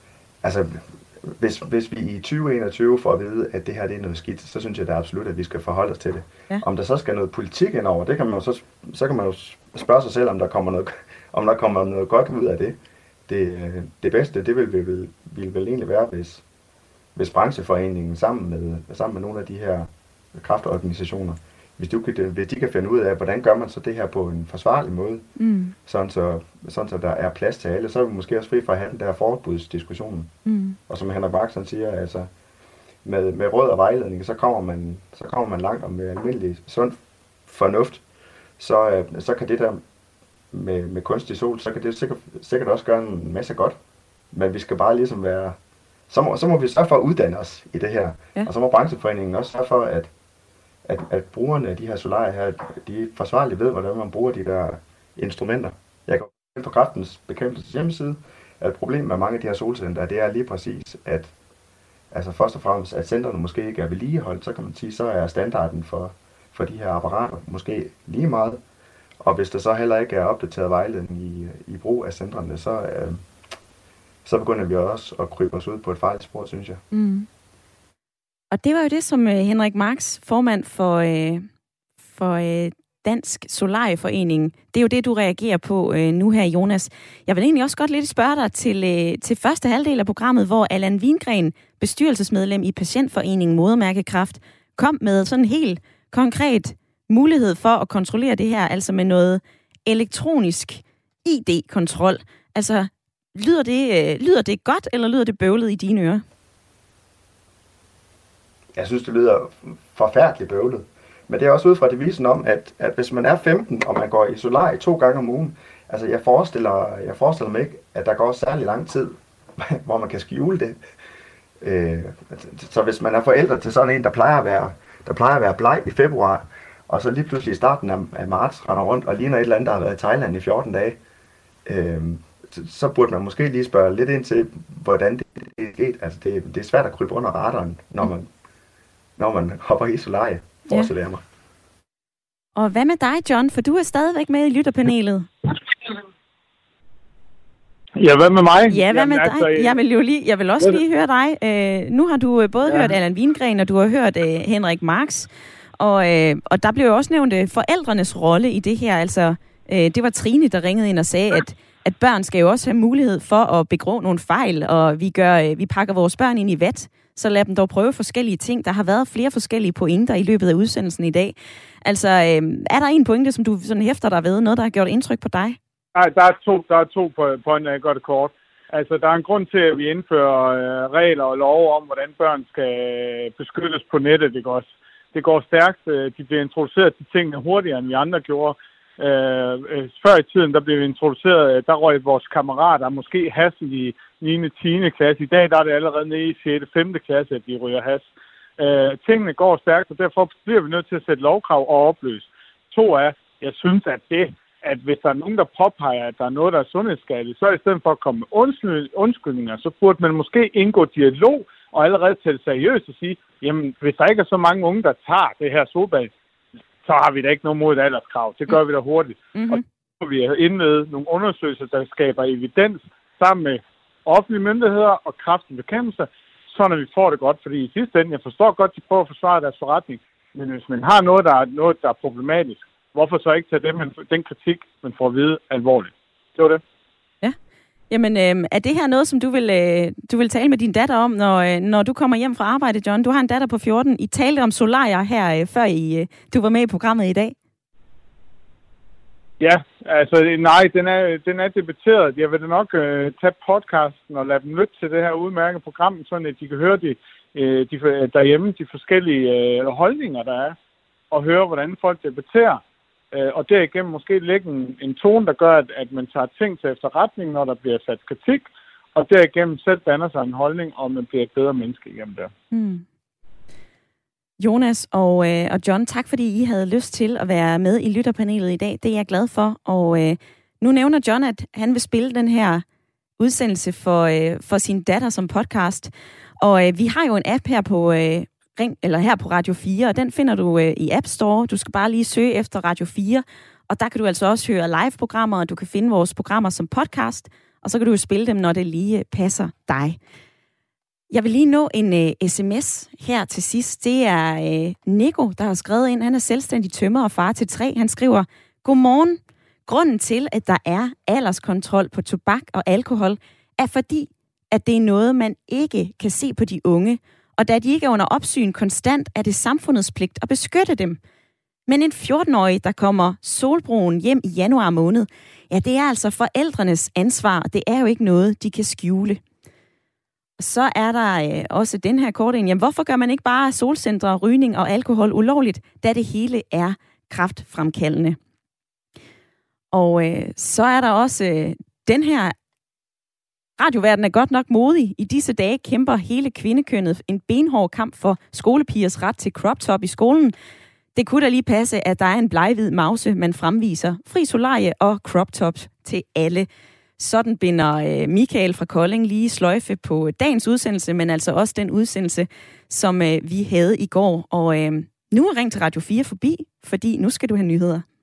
altså, hvis, hvis vi i tyve enogtyve får at vide, at det her det er noget skidt, så synes jeg da absolut, at vi skal forholde os til det. Ja. Om der så skal noget politik ind over, det kan man jo så, så kan man jo spørge sig selv, om der kommer noget, om der kommer noget godt ud af det. Det, det bedste, det vil, vil, vil, vil vel egentlig være, hvis, hvis brancheforeningen sammen med, sammen med nogle af de her kraftorganisationer, hvis de, kan, hvis de kan finde ud af, hvordan gør man så det her på en forsvarlig måde, mm. sådan, så, sådan så der er plads til alle, så er vi måske også fri fra at have den der forbudsdiskussion. Mm. Og som Henrik Marx siger, altså med, med råd og vejledning, så kommer man, så kommer man langt, og med almindelig sund fornuft, så, så kan det der med, med kunstig sol, så kan det sikkert, sikkert også gøre en masse godt. Men vi skal bare ligesom være, så må, så må vi sørge for at uddanne os i det her. Ja. Og så må brancheforeningen også sørge for, at At, at brugerne af de her solarier her, de forsvarligt ved, hvordan man bruger de der instrumenter. Jeg går ind på Kræftens Bekæmpelses hjemmeside, at problemet med mange af de her solcenter, det er lige præcis, at altså først og fremmest, at centrene måske ikke er vedligeholdt, så kan man sige, så er standarden for, for de her apparater måske lige meget. Og hvis der så heller ikke er opdateret vejledning i, i brug af centrene, så, øh, så begynder vi også at krybe os ud på et farligt spor, synes jeg. Mm. Og det var jo det, som Henrik Marx, formand for, øh, for øh, Dansk Solarieforening, det er jo det, du reagerer på øh, nu her, Jonas. Jeg vil egentlig også godt lidt spørge dig til, øh, til første halvdel af programmet, hvor Allan Wingren, bestyrelsesmedlem i Patientforeningen Modermærkekræft, kom med sådan en helt konkret mulighed for at kontrollere det her, altså med noget elektronisk I D-kontrol. Altså, lyder det, øh, lyder det godt, eller lyder det bøvlet i dine ører? Jeg synes, det lyder forfærdeligt bøvlet. Men det er også ud fra devisen om, at, at hvis man er femten, og man går i solarie to gange om ugen, altså jeg forestiller, jeg forestiller mig ikke, at der går særlig lang tid, hvor man kan skjule det. Øh, så hvis man er forældre til sådan en, der plejer at være, der plejer at være bleg i februar, og så lige pludselig i starten af, af marts render rundt og ligner et eller andet, der har været i Thailand i fjorten dage, øh, så burde man måske lige spørge lidt ind til, hvordan det er sket. Altså det, det er svært at krybe under radaren, når man når man hopper i solarie, forestiller jeg mig. Og hvad med dig, John? For du er stadigvæk med i lytterpanelet. Ja, hvad med mig? Ja, hvad Jamen, med dig? Altså, jeg vil jo lige, jeg vil også lige høre dig. Øh, nu har du både ja. hørt Allan Wingren, og du har hørt øh, Henrik Marx. Og, øh, og der blev jo også nævnt øh, forældrenes rolle i det her. Altså, øh, det var Trine, der ringede ind og sagde, at, at børn skal jo også have mulighed for at begå nogle fejl, og vi, gør, øh, vi pakker vores børn ind i vat. Så lad dem dog prøve forskellige ting. Der har været flere forskellige pointer i løbet af udsendelsen i dag. Altså, øh, er der en pointe, som du sådan hæfter dig ved? Noget, der har gjort indtryk på dig? Nej, der er to, der er to pointer, jeg gør det kort. Altså, der er en grund til, at vi indfører øh, regler og love om, hvordan børn skal beskyttes på nettet. Det går, det går stærkt. De bliver introduceret til tingene hurtigere, end vi andre gjorde. Øh, før i tiden, der blev vi introduceret, der røg vores kammerater måske has i niende og tiende klasse. I dag der er det allerede nede i sjette og femte klasse, at de ryger has. Øh, tingene går stærkt, og derfor bliver vi nødt til at sætte lovkrav og opløse. To er, jeg synes, at det, at hvis der er nogen, der påpeger, at der er noget, der er sundhedsskadeligt, så i stedet for at komme med undskyldninger, så burde man måske indgå dialog og allerede tage det seriøst og sige, jamen, hvis der ikke er så mange unge, der tager det her solbad, så har vi da ikke nogen mod et alderskrav. Det gør vi da hurtigt. Mm-hmm. Og så får vi indlede nogle undersøgelser, der skaber evidens sammen med offentlige myndigheder og Kræftens Bekæmpelse, så når vi får det godt. Fordi i sidste ende, jeg forstår godt, at de prøver at forsvare deres forretning, men hvis man har noget, der er, noget, der er problematisk, hvorfor så ikke tage dem, den kritik, man får at vide alvorligt? Det var det. Ja. Jamen, øh, er det her noget, som du vil, øh, du vil tale med din datter om, når, øh, når du kommer hjem fra arbejde, John? Du har en datter på fjorten. I talte om solarier her, øh, før I, øh, du var med i programmet i dag. Ja, altså nej, den er, den er debatteret. Jeg vil da nok øh, tage podcasten og lade dem lytte til det her udmærkede program, sådan at de kan høre de, øh, de, derhjemme de forskellige øh, holdninger, der er, og høre, hvordan folk debatterer. Øh, og derigennem måske lægge en, en tone, der gør, at, at man tager ting til efterretning, når der bliver sat kritik, og derigennem selv danner sig en holdning, og man bliver et bedre menneske igennem det. Hmm. Jonas og, øh, og John, tak fordi I havde lyst til at være med i lytterpanelet i dag. Det er jeg glad for. Og øh, nu nævner John, at han vil spille den her udsendelse for, øh, for sin datter som podcast. Og øh, vi har jo en app her på, øh, ring, eller her på Radio fire, og den finder du øh, i App Store. Du skal bare lige søge efter Radio fire, og der kan du altså også høre live-programmer, og du kan finde vores programmer som podcast, og så kan du jo spille dem, når det lige passer dig. Jeg vil lige nå en uh, sms her til sidst. Det er uh, Nico, der har skrevet ind. Han er selvstændig tømrer og far til tre. Han skriver, godmorgen. Grunden til, at der er alderskontrol på tobak og alkohol, er fordi, at det er noget, man ikke kan se på de unge. Og da de ikke er under opsyn konstant, er det samfundets pligt at beskytte dem. Men en fjorten-årig, der kommer solbrun hjem i januar måned, ja, det er altså forældrenes ansvar, og det er jo ikke noget, de kan skjule. Så er der øh, også den her korte en. Jamen, hvorfor gør man ikke bare solcentre, rygning og alkohol ulovligt, da det hele er kræftfremkaldende? Og øh, så er der også øh, den her. Radioverden er godt nok modig. I disse dage kæmper hele kvindekønnet en benhård kamp for skolepigers ret til crop top i skolen. Det kunne da lige passe, at der er en bleghvid mause, man fremviser. Fri solarie og crop tops til alle. Sådan binder øh, Michael fra Kolding lige sløjfe på dagens udsendelse, men altså også den udsendelse, som øh, vi havde i går. Og øh, nu er Ring til Radio fire forbi, fordi nu skal du have nyheder.